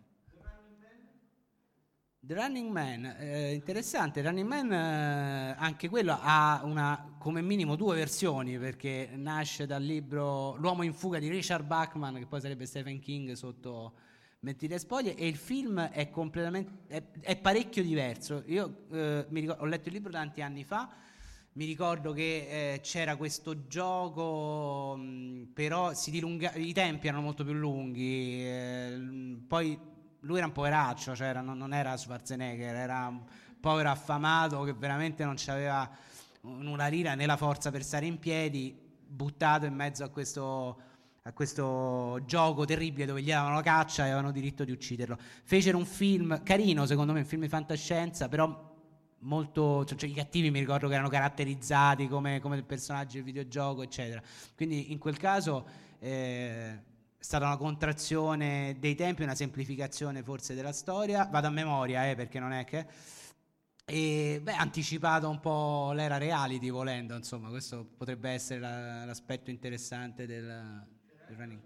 The Running Man, interessante. The Running Man, anche quello ha come minimo 2 versioni, perché nasce dal libro L'uomo in fuga di Richard Bachman, che poi sarebbe Stephen King sotto Mentire e spoglie, e il film è completamente è parecchio diverso. Io ho letto il libro tanti anni fa, mi ricordo che c'era questo gioco, però si dilunga, i tempi erano molto più lunghi, poi lui era un poveraccio, cioè non era Schwarzenegger, era un povero affamato che veramente non c'aveva una lira né la forza per stare in piedi, buttato in mezzo a questo gioco terribile dove gli davano la caccia e avevano diritto di ucciderlo. Fecero un film carino, secondo me, un film di fantascienza, però molto, cioè i cattivi mi ricordo che erano caratterizzati come personaggi del videogioco, eccetera. Quindi in quel caso è stata una contrazione dei tempi, una semplificazione forse della storia. Vado a memoria, perché non è che... E anticipato un po' l'era reality, volendo, insomma, questo potrebbe essere l'aspetto interessante del running.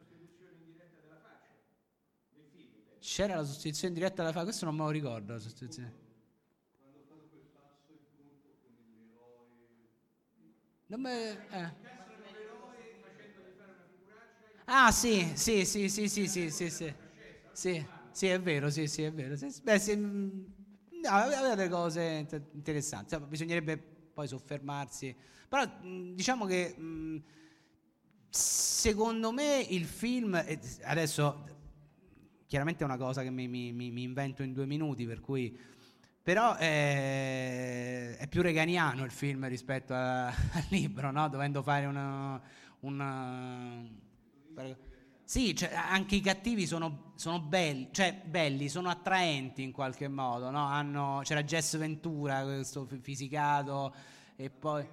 C'era la sostituzione in diretta della faccia, questo non me lo ricordo, la sostituzione. Quando ho fatto quel passo in punto con l'eroe. Ah, sì, è vero, sì, è vero. Beh, aveva delle cose interessanti, bisognerebbe poi soffermarsi, però diciamo che secondo me il film, adesso chiaramente è una cosa che mi invento in 2 minuti, per cui però è più reganiano il film rispetto al libro, no? Dovendo fare sì, cioè, anche i cattivi sono belli, cioè belli, sono attraenti in qualche modo, no? C'era Jess Ventura, questo fisicato, e poi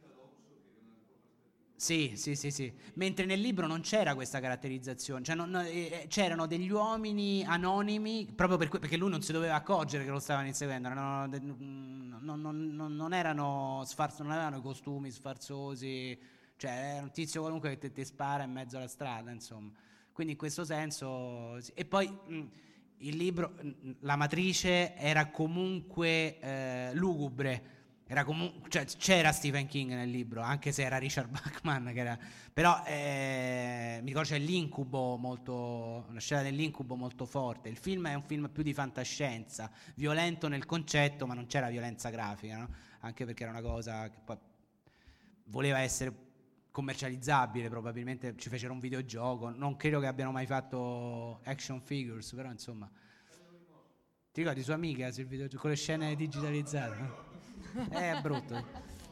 sì. Mentre nel libro non c'era questa caratterizzazione, cioè c'erano degli uomini anonimi proprio perché lui non si doveva accorgere che lo stavano inseguendo, non erano non avevano i costumi sfarzosi, cioè era un tizio qualunque che ti spara in mezzo alla strada, insomma. Quindi in questo senso e poi il libro, la matrice era comunque lugubre, era cioè, c'era Stephen King nel libro, anche se era Richard Bachman, però mi ricordo c'è l'incubo una scena dell'incubo molto forte. Il film è un film più di fantascienza, violento nel concetto, ma non c'era violenza grafica, no? Anche perché era una cosa che poi voleva essere commercializzabile, probabilmente ci fecero un videogioco, non credo che abbiano mai fatto action figures, però insomma. Ti ricordi sua amica sul videogioco con le scene digitalizzate? È brutto.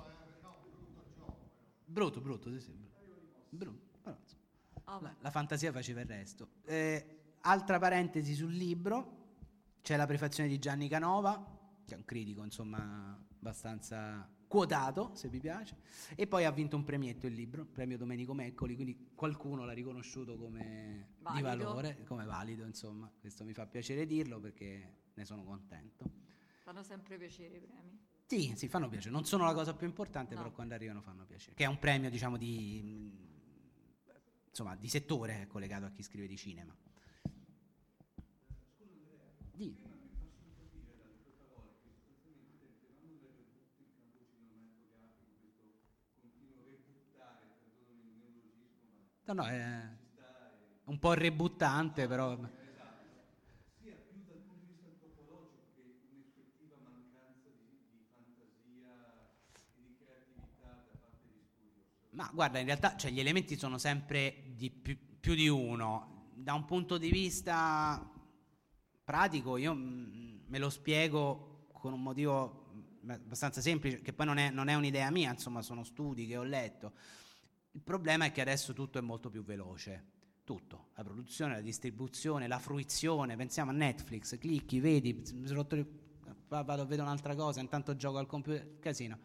Brutto, sì. La fantasia faceva il resto. Altra parentesi sul libro, c'è la prefazione di Gianni Canova, che è un critico, insomma, abbastanza quotato, se vi piace, e poi ha vinto un premietto il libro, premio Domenico Meccoli, quindi qualcuno l'ha riconosciuto come valido. Di valore, come valido, insomma. Questo mi fa piacere dirlo perché ne sono contento. Fanno sempre piacere i premi. Sì, fanno piacere. Non sono la cosa più importante, no. Però quando arrivano fanno piacere. Che è un premio, diciamo, di settore collegato a chi scrive di cinema. No, è un po' rebuttante, però. Ma guarda, in realtà gli elementi sono sempre di più di uno. Da un punto di vista pratico io me lo spiego con un motivo abbastanza semplice, che poi non è un'idea mia, insomma sono studi che ho letto. Il problema è che adesso tutto è molto più veloce, tutto, la produzione, la distribuzione, la fruizione. Pensiamo a Netflix, clicchi, vedi, vedo un'altra cosa, intanto gioco al computer, casino.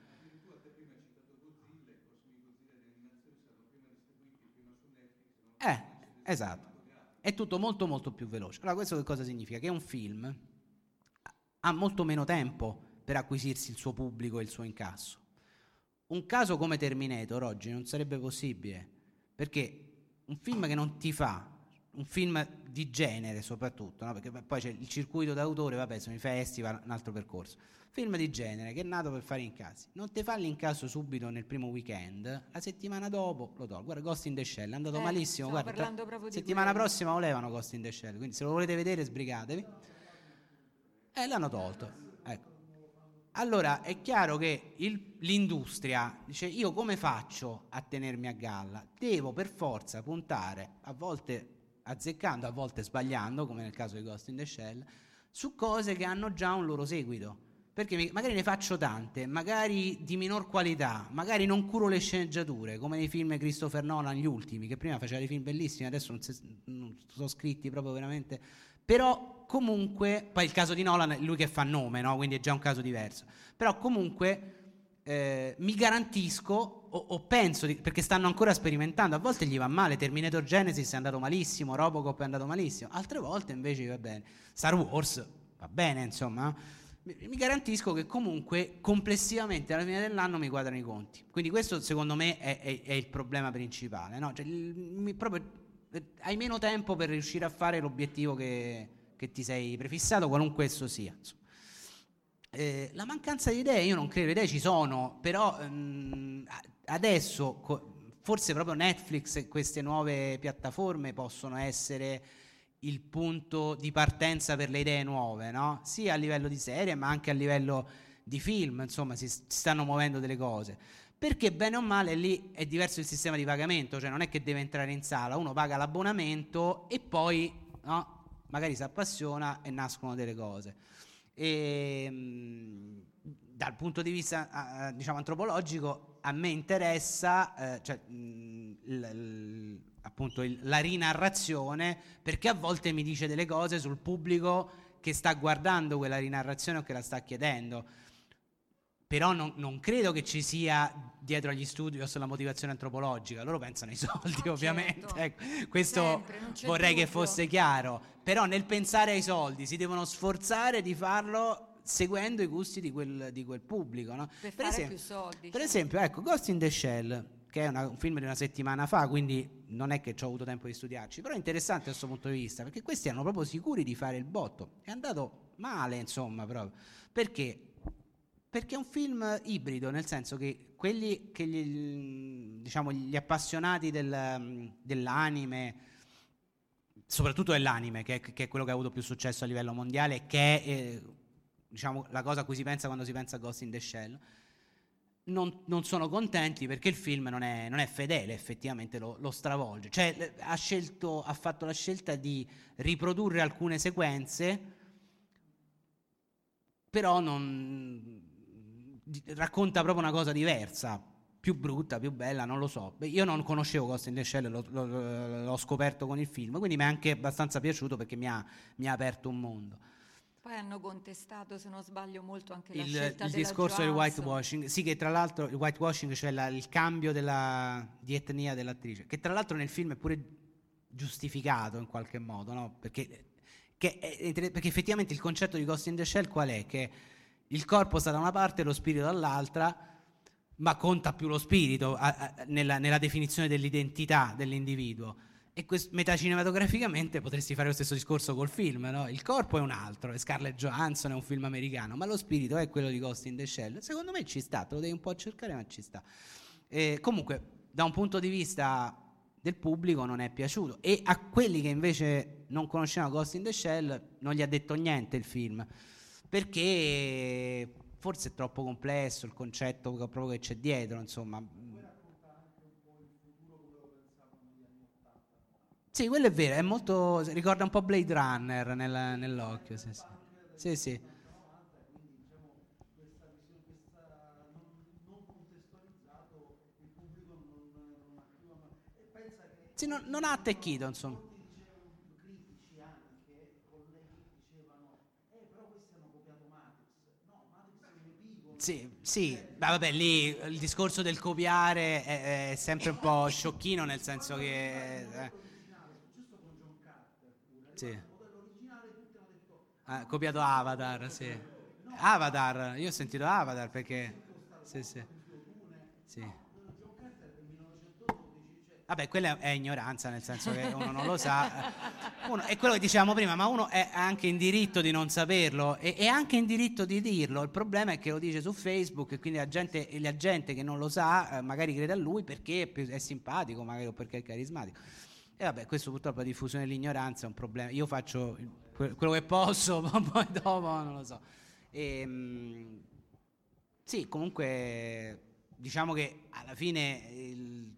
Esatto, è tutto molto molto più veloce. Allora questo che cosa significa? Che un film ha molto meno tempo per acquisirsi il suo pubblico e il suo incasso. Un caso come Terminator oggi non sarebbe possibile, perché un film che non ti fa, un film di genere soprattutto, no? Perché poi c'è il circuito d'autore, vabbè, sono i festival, un altro percorso. Film di genere che è nato per fare incassi, non ti fa l'incasso subito nel primo weekend, la settimana dopo lo tolgo. Guarda, Ghost in the Shell è andato malissimo, guarda, settimana prossima lo levano Ghost in the Shell, quindi se lo volete vedere sbrigatevi. L'hanno tolto, ecco. Allora è chiaro che l'industria dice: io come faccio a tenermi a galla? Devo per forza puntare, a volte azzeccando, a volte sbagliando, come nel caso di Ghost in the Shell, su cose che hanno già un loro seguito. Perché magari ne faccio tante, magari di minor qualità, magari non curo le sceneggiature, come nei film Christopher Nolan, gli ultimi, che prima faceva dei film bellissimi, adesso non sono scritti proprio veramente. Però comunque, poi il caso di Nolan è lui che fa nome, no? Quindi è già un caso diverso. Però comunque mi garantisco o penso, perché stanno ancora sperimentando, a volte gli va male, Terminator Genesis è andato malissimo, Robocop è andato malissimo, altre volte invece va bene, Star Wars va bene, insomma. Mi garantisco che comunque complessivamente alla fine dell'anno mi quadrano i conti. Quindi questo secondo me è il problema principale, no? Cioè, proprio hai meno tempo per riuscire a fare l'obiettivo che ti sei prefissato, qualunque esso sia. La mancanza di idee, io non credo, le idee ci sono, però adesso forse proprio Netflix e queste nuove piattaforme possono essere il punto di partenza per le idee nuove, no? Sia a livello di serie ma anche a livello di film, insomma si stanno muovendo delle cose, perché bene o male lì è diverso il sistema di pagamento, cioè non è che deve entrare in sala, uno paga l'abbonamento e poi no, magari si appassiona e nascono delle cose. E dal punto di vista diciamo antropologico a me interessa appunto la rinarrazione, perché a volte mi dice delle cose sul pubblico che sta guardando quella rinarrazione o che la sta chiedendo. Però non credo che ci sia dietro agli studios la motivazione antropologica, loro pensano ai soldi, ovviamente, certo. Ecco, questo vorrei che fosse chiaro, però nel pensare ai soldi si devono sforzare di farlo seguendo i gusti di quel pubblico, no? Per fare esempio, più soldi. Per esempio, ecco, Ghost in the Shell, che è un film di una settimana fa, quindi non è che ci ho avuto tempo di studiarci, però è interessante da questo punto di vista, perché questi erano proprio sicuri di fare il botto, è andato male, insomma, proprio, perché Perché è un film ibrido, nel senso che quelli che diciamo, gli appassionati dell'anime, soprattutto dell'anime, che è quello che ha avuto più successo a livello mondiale, che è diciamo, la cosa a cui si pensa quando si pensa a Ghost in the Shell, non sono contenti perché il film non è fedele, effettivamente lo stravolge. Cioè ha fatto la scelta di riprodurre alcune sequenze, però racconta proprio una cosa diversa, più brutta, più bella, non lo so. Io non conoscevo Ghost in the Shell, l'ho scoperto con il film, quindi mi è anche abbastanza piaciuto perché mi ha aperto un mondo. Poi hanno contestato, se non sbaglio, molto anche la scelta il della discorso del Johansson. whitewashing. Sì, che tra l'altro il whitewashing, cioè il cambio di etnia dell'attrice, che tra l'altro nel film è pure giustificato in qualche modo, no? Perché effettivamente il concetto di Ghost in the Shell qual è? Che il corpo sta da una parte e lo spirito dall'altra, ma conta più lo spirito nella definizione dell'identità dell'individuo. E metacinematograficamente potresti fare lo stesso discorso col film, no? Il corpo è un altro, è Scarlett Johansson, è un film americano, ma lo spirito è quello di Ghost in the Shell. Secondo me ci sta, te lo devi un po' cercare, ma ci sta. Comunque, da un punto di vista del pubblico non è piaciuto, e a quelli che invece non conoscevano Ghost in the Shell non gli ha detto niente il film, perché forse è troppo complesso il concetto proprio che c'è dietro, insomma. Sì, quello è vero, è molto, ricorda un po' Blade Runner nell'occhio, sì, sì. Sì, sì. Sì, non ha attecchito, insomma. Critici anche, colleghi dicevano, però questi hanno copiato Matrix. No, Matrix è un epigono. Sì, vabbè, lì il discorso del copiare è sempre un po' sciocchino, nel senso che... Sì. Copiato Avatar, sì. Avatar, io ho sentito Avatar perché... Sì, sì. Sì. Vabbè, quella è ignoranza, nel senso che uno non lo sa. È quello che dicevamo prima, ma uno è anche in diritto di non saperlo e è anche in diritto di dirlo. Il problema è che lo dice su Facebook e quindi la gente che non lo sa magari crede a lui perché è simpatico, magari, o perché è carismatico. E vabbè, questo purtroppo la diffusione dell'ignoranza è un problema. Io faccio quello che posso, ma poi dopo non lo so. Sì, comunque diciamo che alla fine il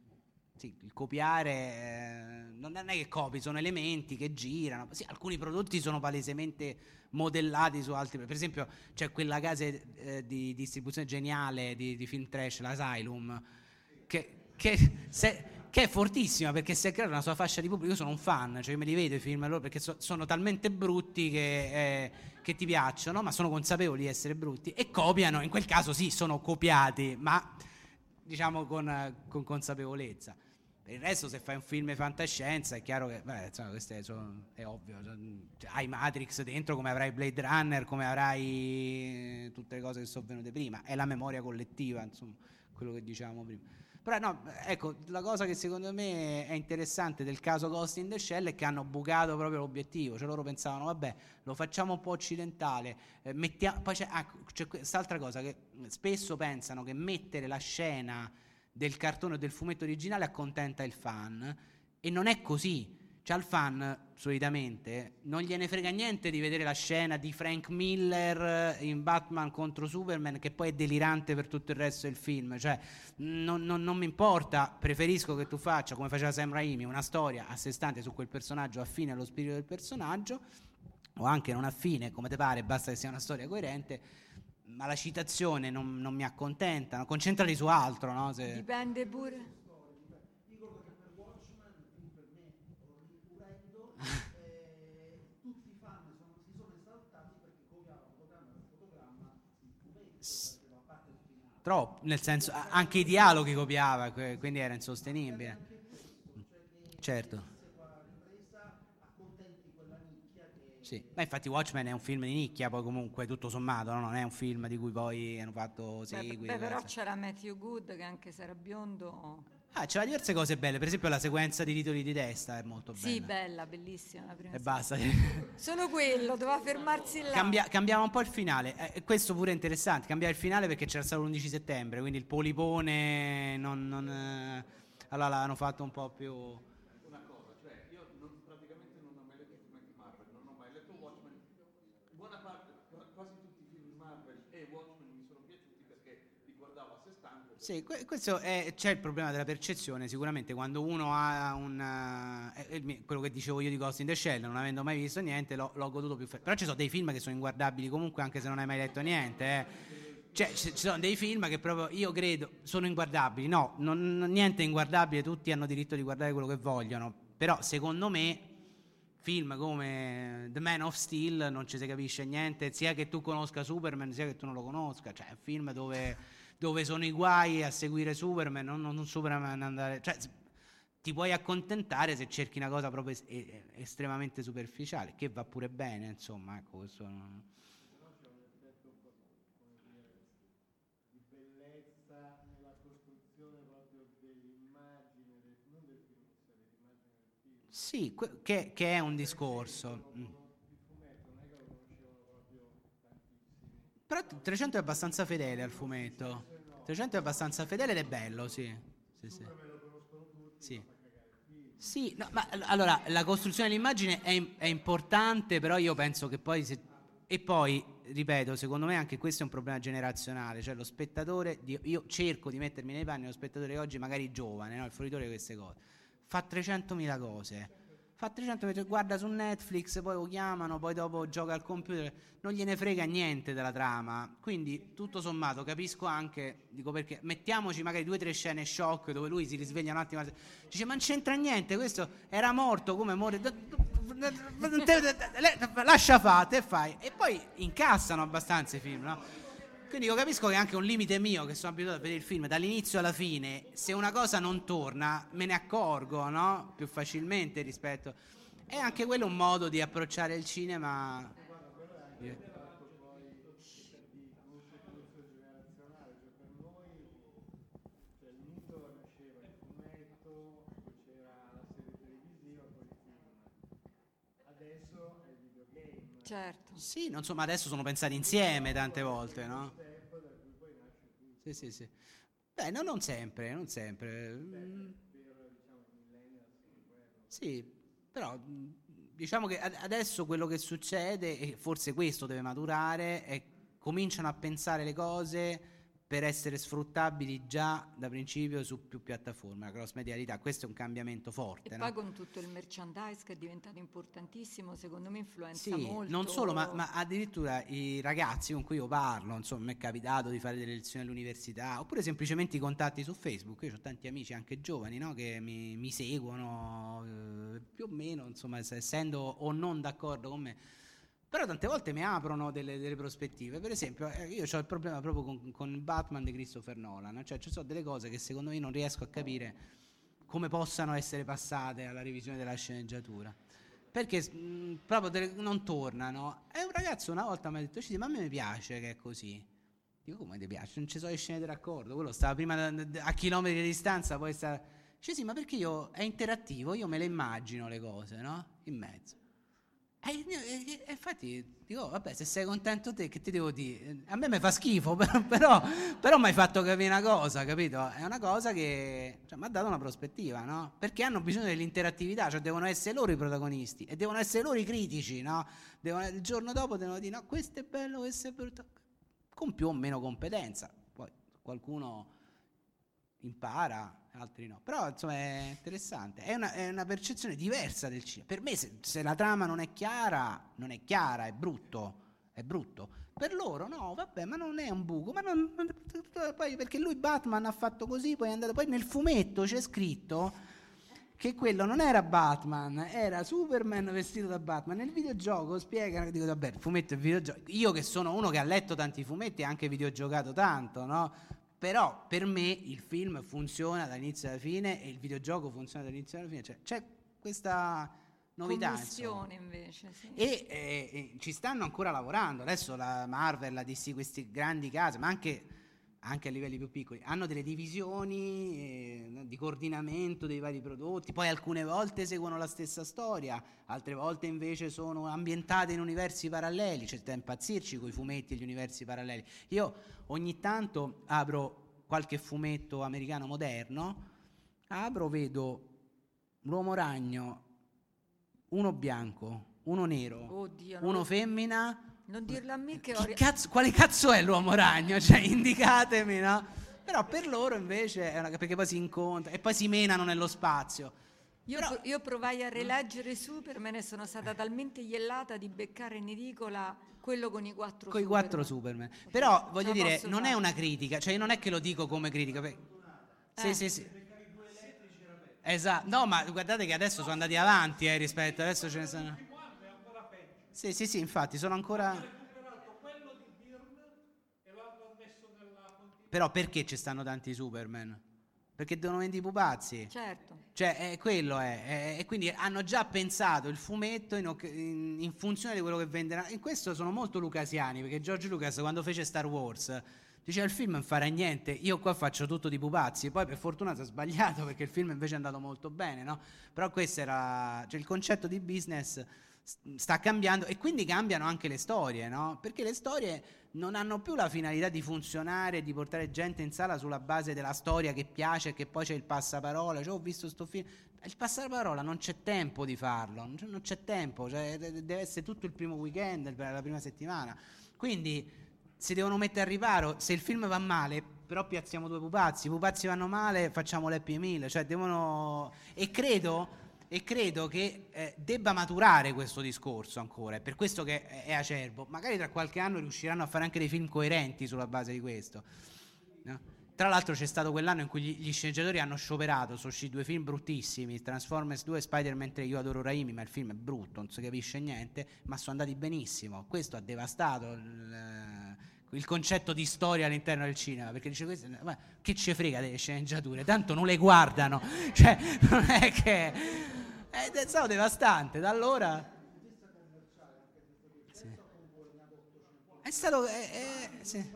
copiare non è che copi, sono elementi che girano. Sì, alcuni prodotti sono palesemente modellati su altri. Per esempio c'è quella casa di distribuzione geniale di film trash, l'Asylum, che è fortissima perché si è creata una sua fascia di pubblico. Io sono un fan, cioè io me li vedo i film loro perché sono talmente brutti che ti piacciono, ma sono consapevoli di essere brutti e copiano. In quel caso sì, sono copiati, ma diciamo con consapevolezza. Per il resto, se fai un film di fantascienza è chiaro che insomma, questo è ovvio, cioè, hai Matrix dentro come avrai Blade Runner, come avrai tutte le cose che sono venute prima, è la memoria collettiva, insomma, quello che dicevamo prima. Però no, ecco, la cosa che secondo me è interessante del caso Ghost in the Shell è che hanno bucato proprio l'obiettivo, cioè loro pensavano vabbè, lo facciamo un po' occidentale, poi c'è quest'altra cosa che spesso pensano che mettere la scena del cartone o del fumetto originale accontenta il fan, e non è così. Cioè al fan solitamente non gliene frega niente di vedere la scena di Frank Miller in Batman contro Superman, che poi è delirante per tutto il resto del film. Cioè non mi importa, preferisco che tu faccia, come faceva Sam Raimi, una storia a sé stante su quel personaggio, affine allo spirito del personaggio, o anche non affine, come te pare, basta che sia una storia coerente. Ma la citazione non mi accontenta, no? Concentrati su altro, no? Dipende pure. Dico che per Watchmen, il film per me orrendo, tutti i fan si sono esaltati perché copiava fotogramma per fotogramma il fumetto, a parte il finale. Troppo, nel senso, anche i dialoghi copiava, quindi era insostenibile. Certo. Sì, ma infatti Watchmen è un film di nicchia, poi comunque tutto sommato, no? Non è un film di cui poi hanno fatto seguiti. Però c'era Matthew Good che anche se era biondo C'era diverse cose belle, per esempio la sequenza di titoli di testa è molto bella. Sì, bella, bellissima la prima E basta. Solo quello, doveva fermarsi là. Cambiava un po' il finale, questo pure è interessante, cambiava il finale perché c'era stato l'11 settembre, quindi il polipone allora l'hanno fatto un po' più... Una cosa, cioè io praticamente non ho mai letto i film di Marvel, non ho mai letto Watchmen, buona parte, quasi tutti i film di Marvel e Watchmen mi sono piaciuti perché li guardavo a sé stante. Sì, questo c'è il problema della percezione, sicuramente quando uno ha quello che dicevo io di Ghost in the Shell, non avendo mai visto niente, l'ho goduto più però ci sono dei film che sono inguardabili comunque anche se non hai mai letto niente, Cioè ci sono dei film che proprio io credo sono inguardabili, niente è inguardabile, tutti hanno diritto di guardare quello che vogliono, però secondo me film come The Man of Steel non ci si capisce niente, sia che tu conosca Superman sia che tu non lo conosca, cioè è un film dove sono i guai a seguire Superman, non Superman andare, cioè ti puoi accontentare se cerchi una cosa proprio estremamente superficiale, che va pure bene, insomma, ecco, questo non... Però c'è un effetto un po', come dire, di bellezza nella costruzione proprio dell'immagine, non del film, dell'immagine del film. Sì, che è un discorso. Il fumetto non è che lo conoscevano proprio tantissimi. Però 300 è abbastanza fedele al fumetto. 300 è abbastanza fedele ed è bello, sì. Sì. Me lo conoscono tutti, Sì. fa cagare il film. Sì, no, ma allora la costruzione dell'immagine è importante, però io penso che poi e poi, ripeto, secondo me anche questo è un problema generazionale, cioè lo spettatore, io cerco di mettermi nei panni dello spettatore oggi magari giovane, no? Il fruitore di queste cose, fa 300.000 cose, guarda su Netflix, poi lo chiamano, poi dopo gioca al computer, non gliene frega niente della trama, quindi tutto sommato capisco anche, dico perché mettiamoci magari 2 o 3 scene shock dove lui si risveglia un attimo, dice ma non c'entra niente, questo era morto, come muore, lascia fate e fai, e poi incassano abbastanza i film, no? Quindi io capisco che è anche un limite mio, che sono abituato a vedere il film dall'inizio alla fine, se una cosa non torna me ne accorgo, no? Più facilmente rispetto... È anche quello un modo di approcciare il cinema... Di conseguenza generazionale, cioè per noi cioè il mito nasceva il fumetto, poi c'era la serie televisiva, poi il film. Adesso è il videogame. Certo. Sì, non so, ma adesso sono pensati insieme tante volte, no? Step da cui poi nasce tutto. Sì. Beh, no, non sempre. Per diciamo millennials quello. Sì, però diciamo che adesso quello che succede, e forse questo deve maturare, è cominciano a pensare le cose per essere sfruttabili già da principio su più piattaforme, la cross medialità, questo è un cambiamento forte. E no? poi con tutto il merchandise che è diventato importantissimo, secondo me influenza Sì, molto. non solo, ma addirittura i ragazzi con cui io parlo, insomma, mi è capitato di fare delle lezioni all'università, oppure semplicemente i contatti su Facebook. Io ho tanti amici anche giovani, no, che mi seguono più o meno, insomma, essendo o non d'accordo con me. Però tante volte mi aprono delle prospettive. Per esempio, io ho il problema proprio con Batman di Christopher Nolan, cioè ci sono delle cose che secondo me non riesco a capire come possano essere passate alla revisione della sceneggiatura, perché proprio non tornano. E un ragazzo una volta mi ha detto: ma a me mi piace che è così. Dico: come ti piace? Non ci sono le scene di raccordo, quello stava prima a chilometri di distanza, poi sta... Dice: sì, ma perché è interattivo, io me le immagino le cose, no? In mezzo. E infatti dico: vabbè, se sei contento te, che ti devo dire? A me mi fa schifo, però mi hai fatto capire una cosa, capito? È una cosa che mi ha dato una prospettiva, no? Perché hanno bisogno dell'interattività, cioè devono essere loro i protagonisti e devono essere loro i critici, no? Il giorno dopo devono dire: no, questo è bello, questo è brutto, con più o meno competenza. Poi qualcuno impara, altri no, però insomma è interessante, è una percezione diversa del cinema. Per me se la trama non è chiara, è brutto, per loro no, vabbè, ma non è un buco, poi perché lui Batman ha fatto così, poi è andato, poi nel fumetto c'è scritto che quello non era Batman, era Superman vestito da Batman. Nel videogioco spiegano, dico vabbè, il fumetto e il videogioco, io che sono uno che ha letto tanti fumetti e anche videogiocato tanto, no? Però per me il film funziona dall'inizio alla fine e il videogioco funziona dall'inizio alla fine, cioè c'è questa novità, commissione invece, sì. E ci stanno ancora lavorando adesso, la Marvel, la DC, questi grandi casi, ma anche anche a livelli più piccoli, hanno delle divisioni di coordinamento dei vari prodotti, poi alcune volte seguono la stessa storia, altre volte invece sono ambientate in universi paralleli, c'è da impazzirci con i fumetti e gli universi paralleli. Io ogni tanto apro qualche fumetto americano moderno, vedo l'uomo ragno, uno bianco, uno nero, Oddio, uno femmina. Non dirlo a me che Quale cazzo è l'uomo ragno? Cioè, indicatemi, no? Però per loro invece perché poi si incontrano e poi si menano nello spazio. Io provai a rileggere Superman e sono stata talmente iellata di beccare in edicola quello con i 4 Con i 4 Superman. Però voglio dire, non fare. è una critica, cioè non è che lo dico come critica. Sì. Esatto. No, ma guardate che adesso sono andati avanti rispetto, adesso ce ne sono. Sì, infatti sono ancora. Però perché ci stanno tanti Superman? Perché devono vendere i pupazzi. Certo. Cioè, quello è. E quindi hanno già pensato il fumetto in funzione di quello che venderà. In questo sono molto lucasiani, perché George Lucas quando fece Star Wars diceva il film non farà niente, io qua faccio tutto di pupazzi. Poi per fortuna si è sbagliato, perché il film invece è andato molto bene, no? Però questo era. Cioè, il concetto di business sta cambiando e quindi cambiano anche le storie, no? Perché le storie non hanno più la finalità di funzionare e di portare gente in sala sulla base della storia che piace e che poi c'è il passaparola, cioè ho visto sto film, il passaparola non c'è tempo di farlo, non c'è tempo, cioè deve essere tutto il primo weekend, la prima settimana, quindi si devono mettere a riparo. Se il film va male però piazziamo 2 pupazzi, i pupazzi vanno male, facciamo l'happy meal, cioè devono. E credo che debba maturare questo discorso ancora, è per questo che è acerbo. Magari tra qualche anno riusciranno a fare anche dei film coerenti sulla base di questo, no? Tra l'altro c'è stato quell'anno in cui gli sceneggiatori hanno scioperato, sono usciti 2 film bruttissimi, Transformers 2 e Spider-Man 3. Io adoro Raimi, ma il film è brutto, non si capisce niente, ma sono andati benissimo. Questo ha devastato il concetto di storia all'interno del cinema, perché dice ma che ci frega delle sceneggiature, tanto non le guardano, cioè non è che è stato devastante. Da allora sì. È stato sì.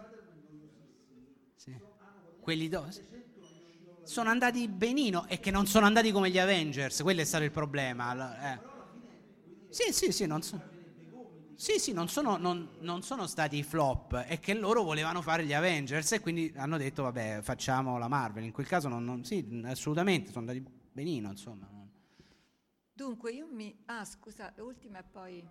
Quelli sono andati benino, e che non sono andati come gli Avengers, quello è stato il problema. Sì, non so. Sì, non sono stati flop, è che loro volevano fare gli Avengers e quindi hanno detto vabbè, facciamo la Marvel. In quel caso sì, assolutamente sono andati benino, insomma. Dunque scusa, ultima e poi.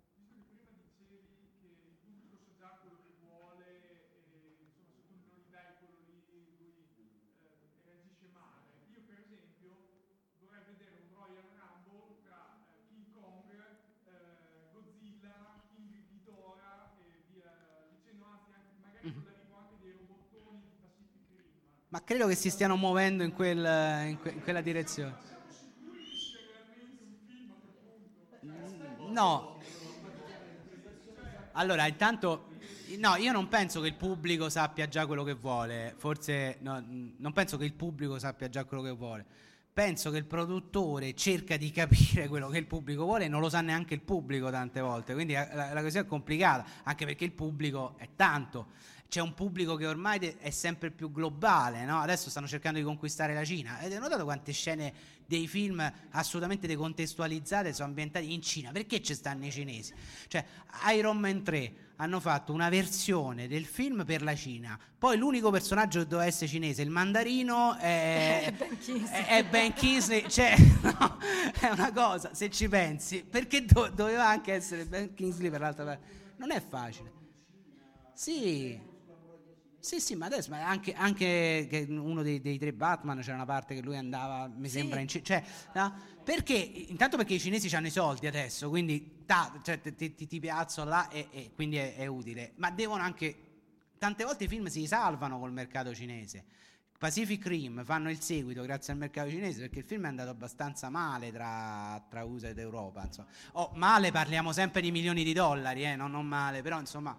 Ma credo che si stiano muovendo in quella direzione. No. Allora, intanto, no, io non penso che il pubblico sappia già quello che vuole. Forse no, non penso che il pubblico sappia già quello che vuole. Penso che il produttore cerca di capire quello che il pubblico vuole e non lo sa neanche il pubblico tante volte. Quindi la questione è complicata, anche perché il pubblico è tanto. C'è un pubblico che ormai è sempre più globale, no? Adesso stanno cercando di conquistare la Cina. Avete notato quante scene dei film assolutamente decontestualizzate sono ambientati in Cina? Perché ci stanno i cinesi? Cioè, Iron Man 3 hanno fatto una versione del film per la Cina. Poi l'unico personaggio che doveva essere cinese, il mandarino, è Ben Kingsley. Cioè, no, è una cosa, se ci pensi. Perché doveva anche essere Ben Kingsley per l'altra parte? Non è facile. Sì, ma adesso anche che uno dei 3 Batman c'era una parte che lui andava, mi sembra, cioè, no? Perché? Intanto perché i cinesi hanno i soldi adesso, quindi cioè, ti piazzo là e quindi è utile. Ma devono anche, tante volte i film si salvano col mercato cinese. Pacific Rim fanno il seguito grazie al mercato cinese, perché il film è andato abbastanza male tra USA ed Europa, insomma. Male, parliamo sempre di milioni di dollari, non male, però insomma.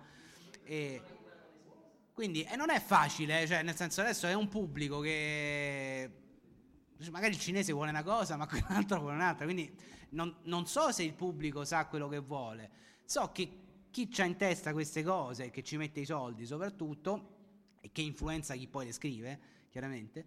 Quindi non è facile, cioè nel senso, adesso è un pubblico che magari il cinese vuole una cosa ma quell'altro vuole un'altra, quindi non so se il pubblico sa quello che vuole. So che chi c'ha in testa queste cose, che ci mette i soldi soprattutto, e che influenza chi poi le scrive, chiaramente,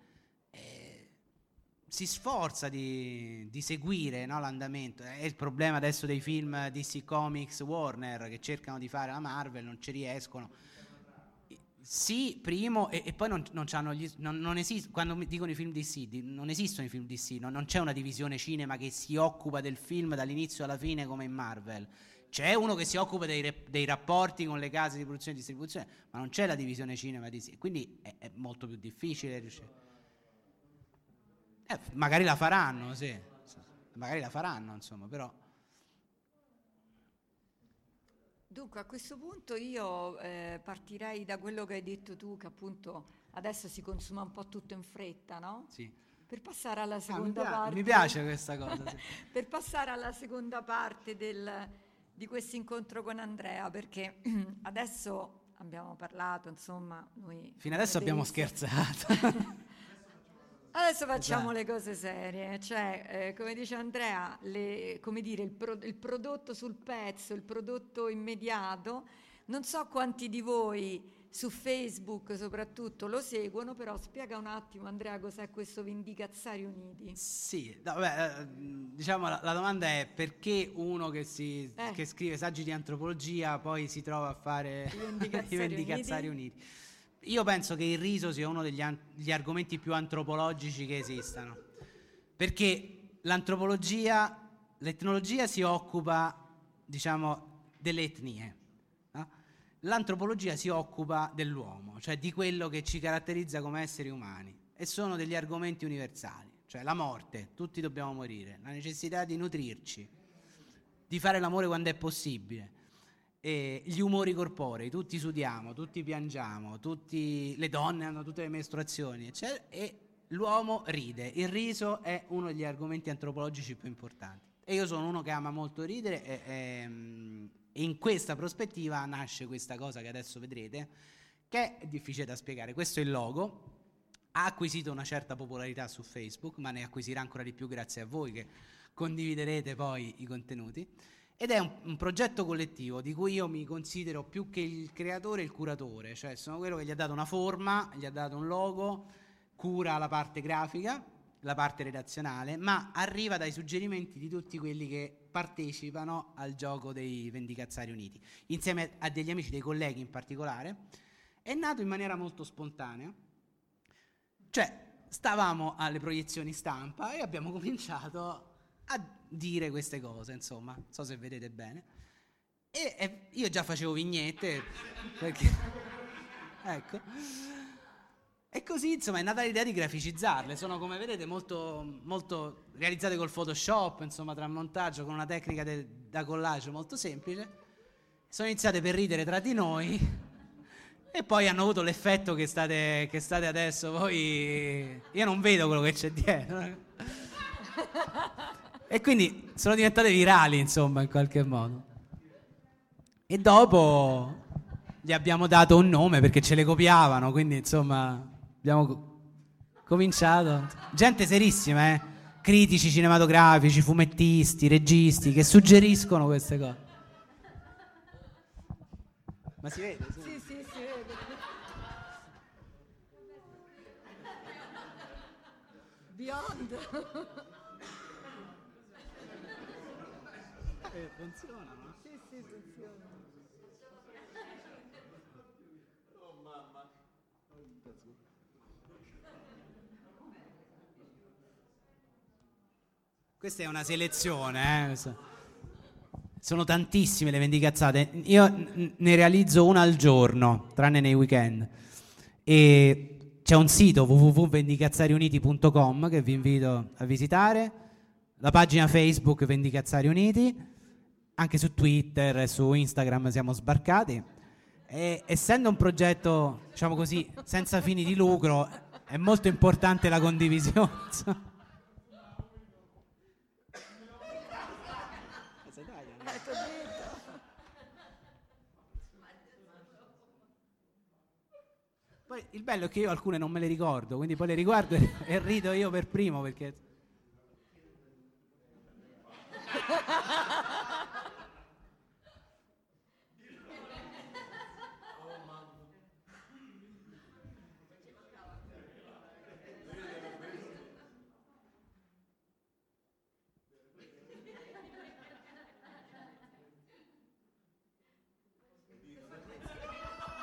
si sforza di seguire, no, l'andamento. È il problema adesso dei film DC Comics, Warner, che cercano di fare la Marvel, non ci riescono. Sì, primo, e poi non c'hanno non esiste, quando dicono i film DC, non esistono i film DC, non c'è una divisione cinema che si occupa del film dall'inizio alla fine come in Marvel. C'è uno che si occupa dei rapporti con le case di produzione e distribuzione, ma non c'è la divisione cinema DC, quindi è molto più difficile riuscire. Magari la faranno, sì. Magari la faranno, insomma, però. Dunque, a questo punto io partirei da quello che hai detto tu, che appunto adesso si consuma un po' tutto in fretta, no? Sì. Per passare alla seconda parte. Mi piace questa cosa. Sì. Per passare alla seconda parte di questo incontro con Andrea, perché adesso abbiamo parlato, insomma, noi... Fino adesso abbiamo scherzato. Adesso facciamo le cose serie, cioè come dice Andrea, come dire, il prodotto sul pezzo, il prodotto immediato. Non so quanti di voi su Facebook soprattutto lo seguono, però spiega un attimo, Andrea, cos'è questo Vendicazzari Uniti? Sì, diciamo la domanda è: perché uno che scrive saggi di antropologia poi si trova a fare i Vendicazzari Uniti? Io penso che il riso sia uno degli argomenti più antropologici che esistano, perché l'etnologia si occupa, diciamo, delle etnie, no? L'antropologia si occupa dell'uomo, cioè di quello che ci caratterizza come esseri umani, e sono degli argomenti universali, cioè la morte, tutti dobbiamo morire, la necessità di nutrirci, di fare l'amore quando è possibile. E gli umori corporei, tutti sudiamo, tutti piangiamo, le donne hanno tutte le mestruazioni, eccetera, e l'uomo ride. Il riso è uno degli argomenti antropologici più importanti. E io sono uno che ama molto ridere e in questa prospettiva nasce questa cosa che adesso vedrete, che è difficile da spiegare. Questo è il logo, ha acquisito una certa popolarità su Facebook, ma ne acquisirà ancora di più grazie a voi che condividerete poi i contenuti. Ed è un progetto collettivo di cui io mi considero più che il creatore il curatore, cioè sono quello che gli ha dato una forma, gli ha dato un logo, cura la parte grafica, la parte redazionale, ma arriva dai suggerimenti di tutti quelli che partecipano al gioco dei Vendicazzari Uniti, insieme a degli amici, dei colleghi in particolare. È nato in maniera molto spontanea, cioè stavamo alle proiezioni stampa e abbiamo cominciato a dire queste cose, insomma, non so se vedete bene, e io già facevo vignette perché ecco, e così insomma è nata l'idea di graficizzarle. Sono, come vedete, molto, molto realizzate col Photoshop, insomma, tra montaggio, con una tecnica da collage molto semplice. Sono iniziate per ridere tra di noi e poi hanno avuto l'effetto che state adesso voi. Io non vedo quello che c'è dietro e quindi sono diventate virali, insomma, in qualche modo. E dopo gli abbiamo dato un nome perché ce le copiavano, quindi insomma abbiamo cominciato. Gente serissima, critici cinematografici, fumettisti, registi che suggeriscono queste cose. Ma si vede? Sì, si vede. Beyond. Funziona, no? Sì, funziona. Oh mamma. Questa è una selezione, sono tantissime le vendicazzate. Io ne realizzo una al giorno, tranne nei weekend. E c'è un sito www.vendicazzariuniti.com che vi invito a visitare, la pagina Facebook Vendicazzari Uniti, anche su Twitter e su Instagram siamo sbarcati. E essendo un progetto, diciamo così, senza fini di lucro, è molto importante la condivisione. Poi il bello è che io alcune non me le ricordo, quindi poi le riguardo e rido io per primo perché...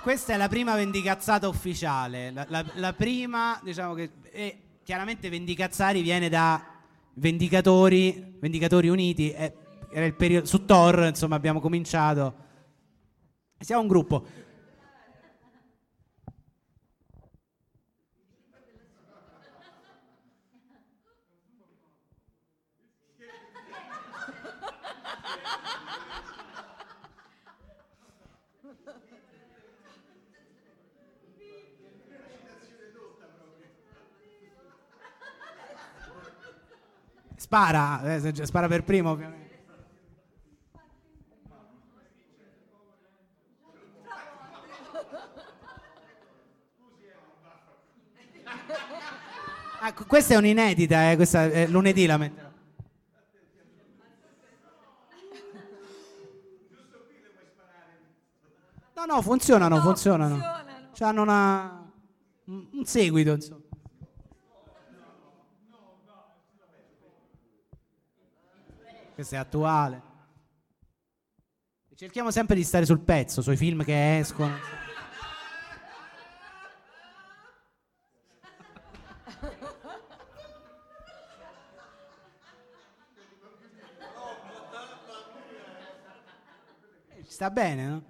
Questa è la prima vendicazzata ufficiale. La prima, diciamo che... E chiaramente Vendicazzari viene da Vendicatori Uniti. Era il periodo... Su Tor, insomma, abbiamo cominciato. Siamo un gruppo. Spara per primo, ovviamente. Questa è un'inedita, questa è lunedì la metterò. No, funzionano. C'hanno un seguito, insomma. Questo è attuale. Cerchiamo sempre di stare sul pezzo, sui film che escono. Ci sta bene, no?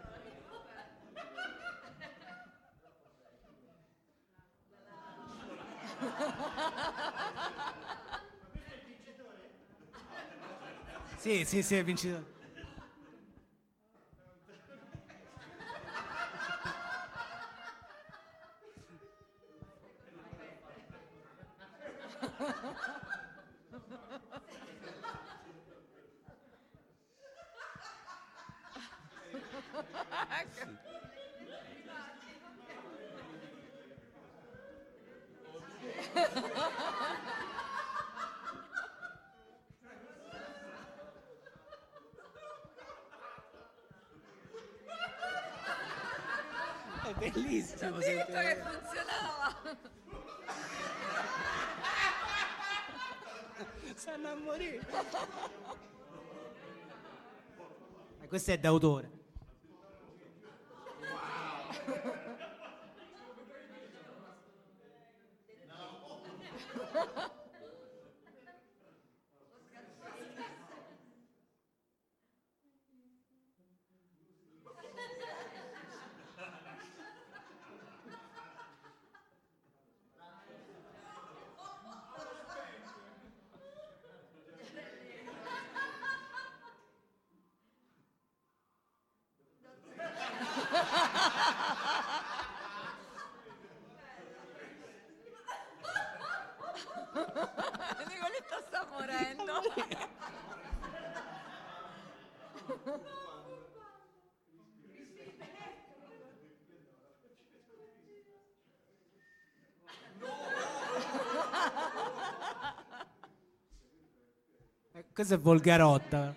Sì, è il vincitore. È bellissimo. Ho detto che funzionava. Stanno a morire. Questo è d'autore. Nicoletta sta morendo. Questa è volgarotta.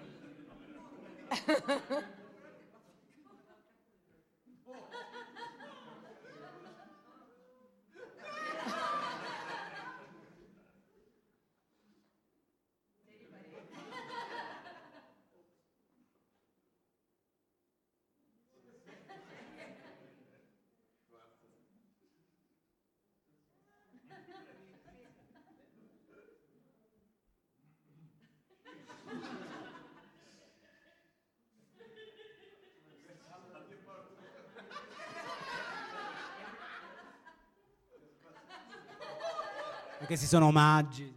Perché si sono omaggi.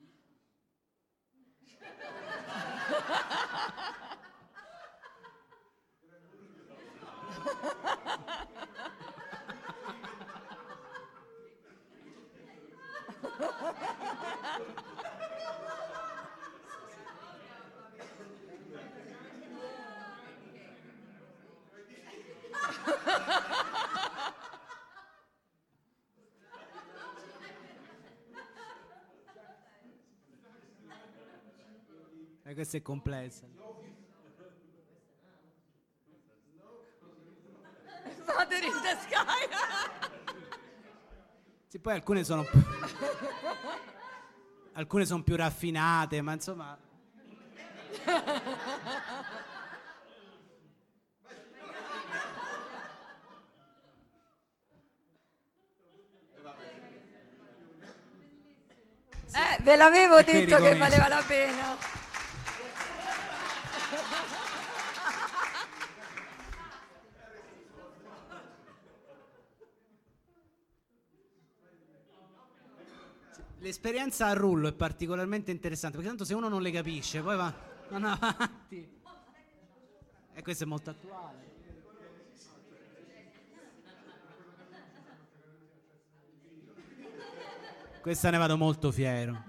Questa è complessa. Mother in the sky. Sì, poi alcune sono più raffinate, ma insomma Ve l'avevo E detto qui che ricomincio. valeva la pena. L'esperienza a rullo è particolarmente interessante perché tanto se uno non le capisce poi vanno avanti. E questo è molto attuale. Questa ne vado molto fiero.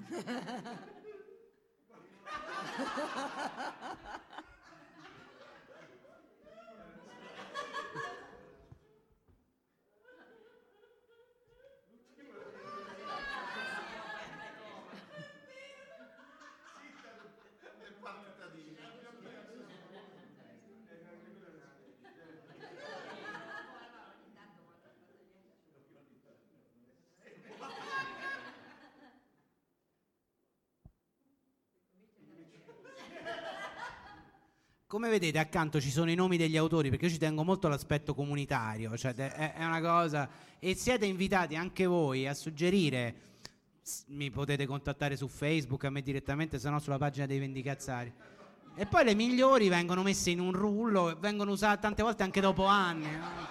Come vedete accanto ci sono i nomi degli autori perché io ci tengo molto all'aspetto comunitario, cioè è una cosa, e siete invitati anche voi a suggerire, mi potete contattare su Facebook, a me direttamente, se no sulla pagina dei Vendicazzari. E poi le migliori vengono messe in un rullo e vengono usate tante volte anche dopo anni. No?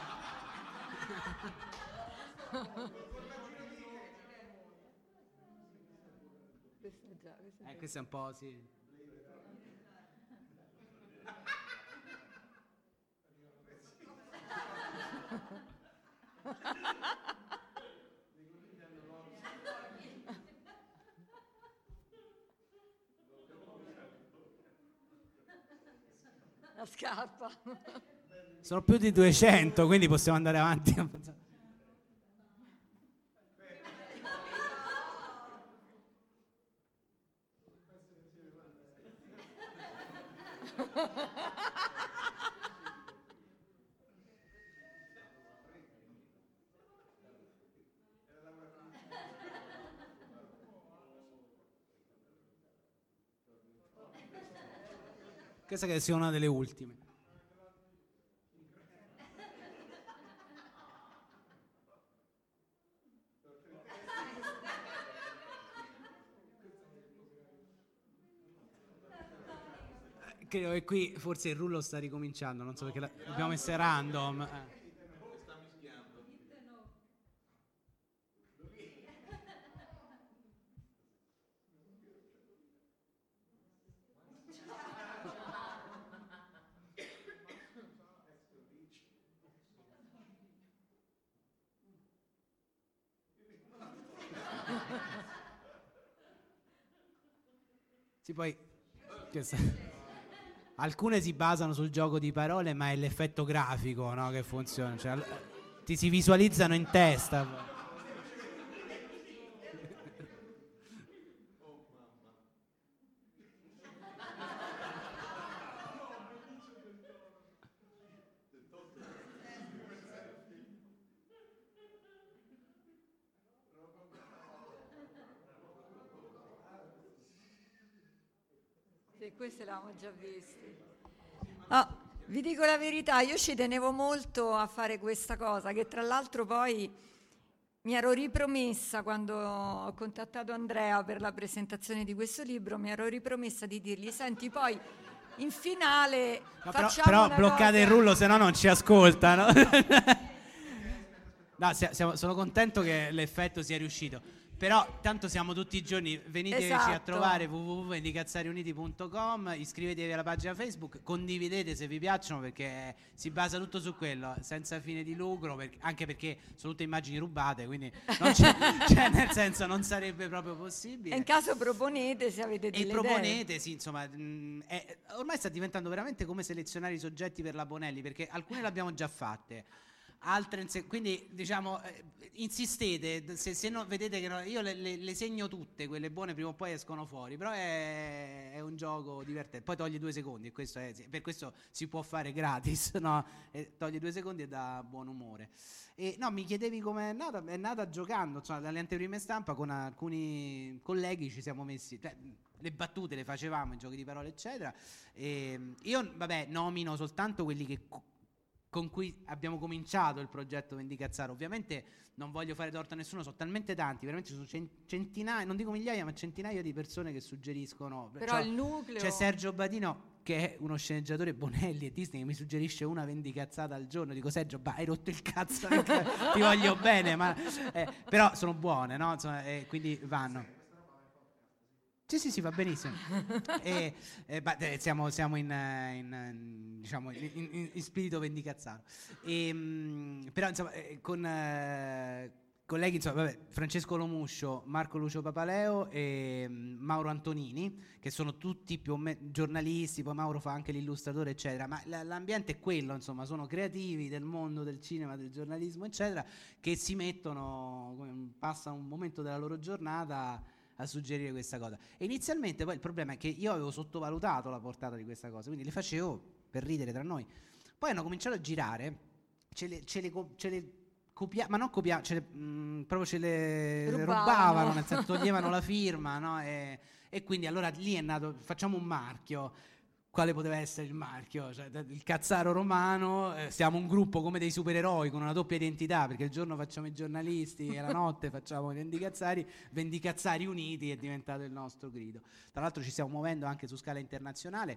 Questo è un po' sì. La scarpa. Sono più di 200, quindi possiamo andare avanti. Questa che sia una delle ultime. Credo che qui forse il rullo sta ricominciando, non so perché l'abbiamo messa random. Sta mischiando. Sì, poi alcune si basano sul gioco di parole, ma è l'effetto grafico, no, che funziona, cioè, ti si visualizzano in testa. Sì, queste l'avevamo già viste. Vi dico la verità, io ci tenevo molto a fare questa cosa, che tra l'altro poi mi ero ripromessa quando ho contattato Andrea per la presentazione di questo libro, mi ero ripromessa di dirgli, senti, poi in finale No, facciamo però una bloccate cosa. il rullo, se no non ci ascoltano. No, sono contento che l'effetto sia riuscito. Però tanto siamo tutti i giorni, veniteci Esatto. a trovare www.vendicazzariuniti.com, iscrivetevi alla pagina Facebook, condividete se vi piacciono perché si basa tutto su quello, senza fine di lucro, anche perché sono tutte immagini rubate, quindi non cioè nel senso non sarebbe proprio possibile. E in caso proponete se avete delle E idee. proponete, sì, insomma, ormai sta diventando veramente come selezionare i soggetti per la Bonelli, perché alcune le abbiamo già fatte. Altre quindi diciamo insistete se no, vedete che io le segno tutte quelle buone, prima o poi escono fuori, però è un gioco divertente, poi togli 2 secondi e questo per questo si può fare gratis, no? Togli 2 secondi e dà buon umore. E no, mi chiedevi com'è nata? È nata giocando, insomma, dalle anteprime stampa con alcuni colleghi ci siamo messi, le battute le facevamo, i giochi di parole eccetera, e io vabbè nomino soltanto quelli che con cui abbiamo cominciato il progetto Vendicazzaro. Ovviamente non voglio fare torto a nessuno, sono talmente tanti, veramente sono centinaia, non dico migliaia, ma centinaia di persone che suggeriscono. Però il nucleo... C'è Sergio Badino, che è uno sceneggiatore Bonelli e Disney, che mi suggerisce una vendicazzata al giorno. Dico: Sergio, hai rotto il cazzo, ti voglio bene, ma però sono buone, no? Insomma, quindi vanno. Sì, va benissimo. Siamo in spirito vendicazzaro. Però insomma, con colleghi, insomma, vabbè, Francesco Lomuscio, Marco Lucio Papaleo e Mauro Antonini, che sono tutti più o meno giornalisti, poi Mauro fa anche l'illustratore, eccetera, ma l'ambiente è quello, insomma, sono creativi del mondo del cinema, del giornalismo, eccetera, che si mettono, passa un momento della loro giornata a suggerire questa cosa. E inizialmente poi il problema è che io avevo sottovalutato la portata di questa cosa, quindi le facevo per ridere tra noi. Poi hanno cominciato a girare, proprio ce le rubavano, nel senso toglievano la firma, no? E quindi allora lì è nato, facciamo un marchio. Quale poteva essere il marchio? Cioè, il Cazzaro romano, siamo un gruppo come dei supereroi con una doppia identità, perché il giorno facciamo i giornalisti e la notte facciamo i Vendicazzari uniti è diventato il nostro grido. Tra l'altro ci stiamo muovendo anche su scala internazionale,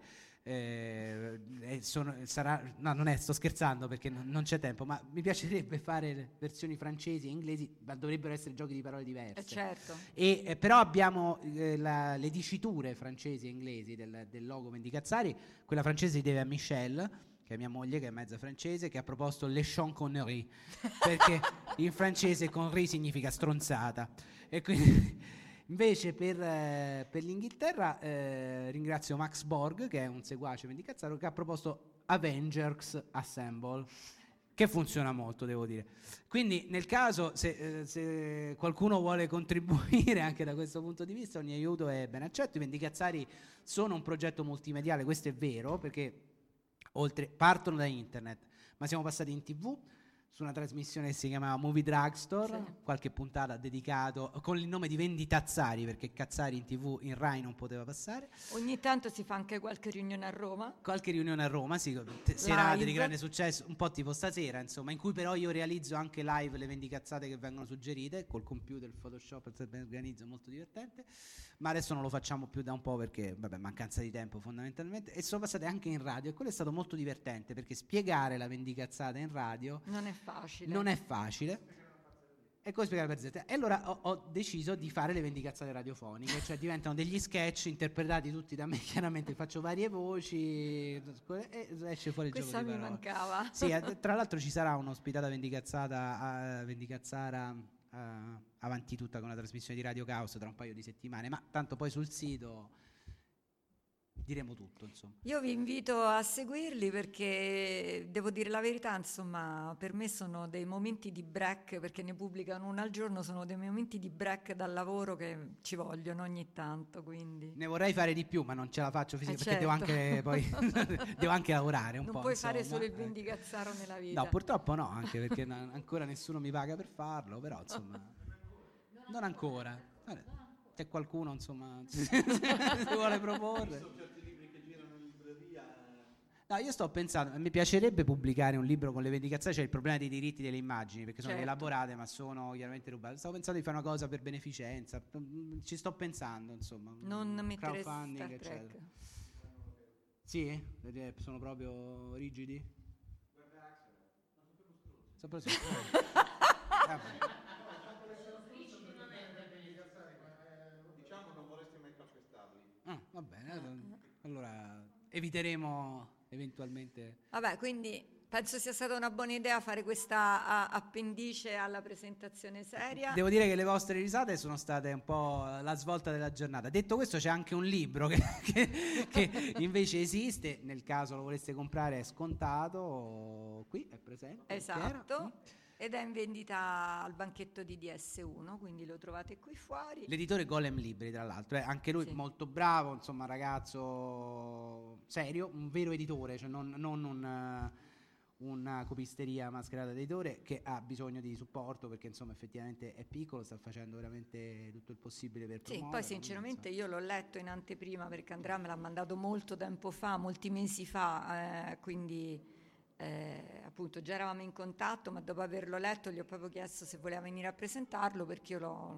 sto scherzando perché non c'è tempo, ma mi piacerebbe fare versioni francesi e inglesi, ma dovrebbero essere giochi di parole diverse. Certo. Però abbiamo le diciture francesi e inglesi del logo Vendicazzari. Quella francese si deve a Michelle, che è mia moglie, che è mezza francese, che ha proposto les chanconneries, perché in francese connerie significa stronzata. E quindi invece per l'Inghilterra ringrazio Max Borg, che è un seguace Vendicazzaro, che ha proposto Avengers Assemble, che funziona molto, devo dire. Quindi nel caso se qualcuno vuole contribuire anche da questo punto di vista, ogni aiuto è ben accetto. I Vendicazzari sono un progetto multimediale, questo è vero, perché partono da internet, ma siamo passati in TV su una trasmissione che si chiamava Movie Drugstore, sì, qualche puntata dedicato con il nome di Venditazzari, perché Cazzari in TV in Rai non poteva passare. Ogni tanto si fa anche qualche riunione a Roma. Sì, serate di grande successo, un po' tipo stasera, insomma, in cui però io realizzo anche live le vendicazzate che vengono suggerite col computer, il Photoshop, organizzo, molto divertente. Ma adesso non lo facciamo più da un po' perché, vabbè, mancanza di tempo fondamentalmente, e sono passate anche in radio, e quello è stato molto divertente perché spiegare la vendicazzata in radio non è facile. E come spiegare la barzelletta? E allora ho deciso di fare le vendicazzate radiofoniche, cioè diventano degli sketch interpretati tutti da me, chiaramente faccio varie voci e esce fuori il Questa gioco di parole. Mi mancava. Sì, tra l'altro ci sarà un'ospitata Vendicazzara avanti tutta con la trasmissione di Radio Caos tra un paio di settimane, ma tanto poi sul sito diremo tutto, insomma. Io vi invito a seguirli perché devo dire la verità, insomma, per me sono dei momenti di break, perché ne pubblicano una al giorno, sono dei momenti di break dal lavoro che ci vogliono ogni tanto, quindi. Ne vorrei fare di più, ma non ce la faccio fisicamente, certo. perché devo anche poi devo anche lavorare un po'. Non puoi insomma, fare solo il vendicazzaro nella vita. No, purtroppo no, anche perché ancora nessuno mi paga per farlo, però insomma non ancora. C'è qualcuno, insomma, si vuole proporre. No, io sto pensando, mi piacerebbe pubblicare un libro con le vendicazioni, c'è il problema dei diritti delle immagini, perché sono elaborate ma sono chiaramente rubate. Stavo pensando di fare una cosa per beneficenza, ci sto pensando, insomma. Non mettere crowdfunding, Star Trek. eccetera. Sì? Sono proprio rigidi? Diciamo non vorresti mai calpestarli. Va bene, allora eviteremo eventualmente. Vabbè, quindi penso sia stata una buona idea fare questa appendice alla presentazione seria. Devo dire che le vostre risate sono state un po' la svolta della giornata. Detto questo, c'è anche un libro che invece esiste, nel caso lo voleste comprare è scontato, qui è presente. Esatto. Ed è in vendita al banchetto di DS1, quindi lo trovate qui fuori. L'editore Golem Libri, tra l'altro, anche lui molto bravo, insomma, ragazzo serio, un vero editore, cioè non una copisteria mascherata da editore, che ha bisogno di supporto perché insomma effettivamente è piccolo, sta facendo veramente tutto il possibile per promuovere. Poi sinceramente io l'ho letto in anteprima perché Andrea me l'ha mandato molto tempo fa, molti mesi fa, quindi appunto già eravamo in contatto, ma dopo averlo letto gli ho proprio chiesto se voleva venire a presentarlo, perché io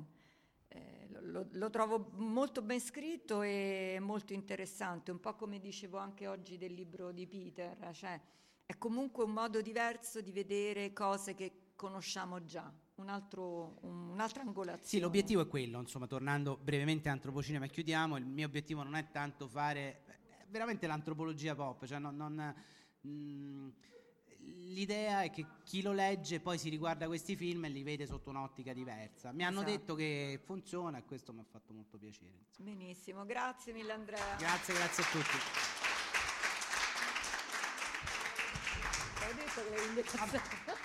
lo trovo molto ben scritto e molto interessante, un po' come dicevo anche oggi del libro di Peter, cioè è comunque un modo diverso di vedere cose che conosciamo già, un'altra angolazione. Sì, l'obiettivo è quello, insomma, tornando brevemente a Antropocinema e chiudiamo, il mio obiettivo non è tanto fare veramente l'antropologia pop, cioè l'idea è che chi lo legge poi si riguarda questi film e li vede sotto un'ottica diversa. Mi hanno detto che funziona e questo mi ha fatto molto piacere. Benissimo, grazie mille Andrea. Grazie a tutti. Hai detto che l'avevi invitato.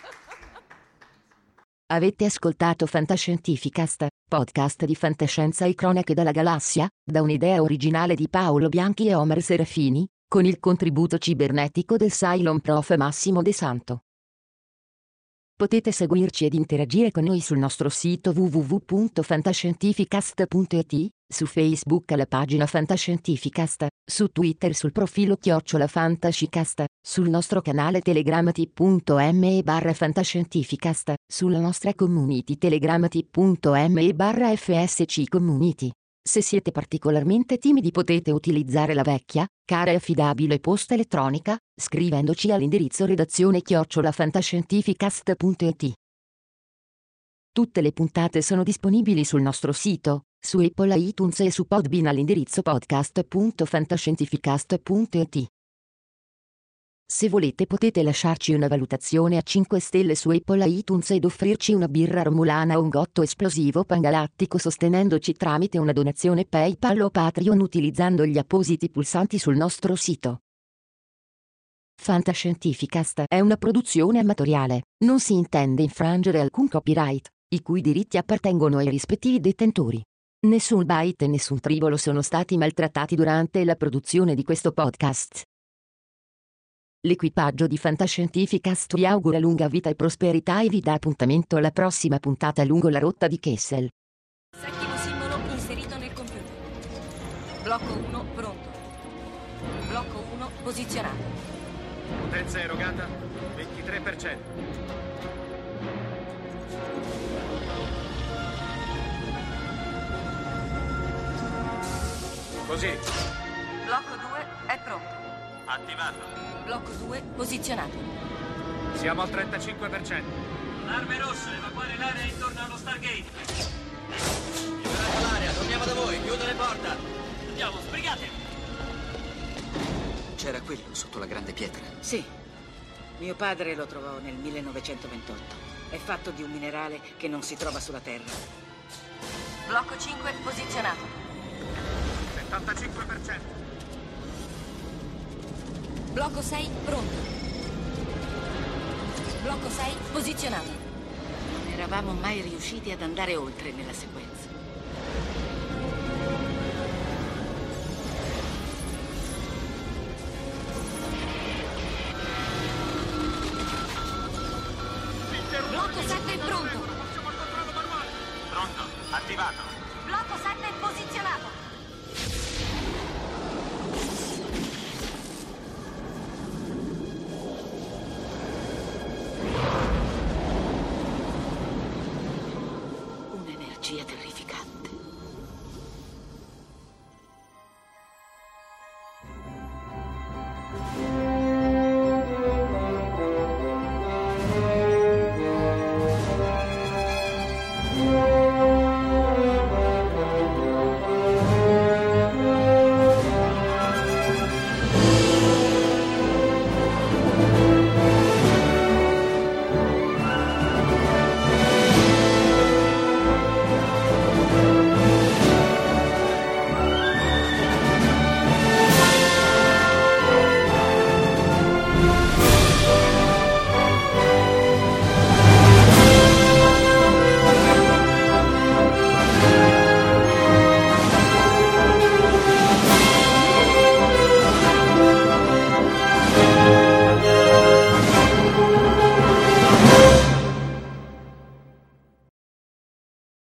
Avete ascoltato Fantascientificast, podcast di fantascienza e cronache dalla galassia, da un'idea originale di Paolo Bianchi e Omar Serafini, con il contributo cibernetico del Cylon Prof. Massimo De Santo. Potete seguirci ed interagire con noi sul nostro sito www.fantascientificast.it, su Facebook alla pagina Fantascientificast, su Twitter sul profilo @Fantascicast, sul nostro canale Telegram t.me/Fantascientificast, sulla nostra community Telegram t.me/FSC Community. Se siete particolarmente timidi potete utilizzare la vecchia, cara e affidabile posta elettronica, scrivendoci all'indirizzo redazione@fantascientificast.it. Tutte le puntate sono disponibili sul nostro sito, su Apple iTunes e su Podbean all'indirizzo podcast.fantascientificast.it. Se volete potete lasciarci una valutazione a 5 stelle su Apple iTunes ed offrirci una birra romulana o un gotto esplosivo pangalattico sostenendoci tramite una donazione PayPal o Patreon utilizzando gli appositi pulsanti sul nostro sito. Fantascientificast è una produzione amatoriale, non si intende infrangere alcun copyright, i cui diritti appartengono ai rispettivi detentori. Nessun byte e nessun tribolo sono stati maltrattati durante la produzione di questo podcast. L'equipaggio di Fantascientificast vi augura lunga vita e prosperità e vi dà appuntamento alla prossima puntata lungo la rotta di Kessel. Settimo simbolo inserito nel computer. Blocco 1 pronto. Blocco 1 posizionato. Potenza erogata 23%. Così. Blocco 2 è pronto. Attivato. Blocco 2 posizionato. Siamo al 35%. Arme rosse, evacuare l'area intorno allo Stargate. Liberate l'area, torniamo da voi, chiudo le porte. Andiamo, sbrigatevi. C'era quello sotto la grande pietra. Sì. Mio padre lo trovò nel 1928. È fatto di un minerale che non si trova sulla Terra. Blocco 5 posizionato. 75%. Blocco 6 pronto. Blocco 6 posizionato. Non eravamo mai riusciti ad andare oltre nella sequenza. Blocco 7 pronto. Pronto, attivato. Blocco 7 posizionato. Un'energia terrificante.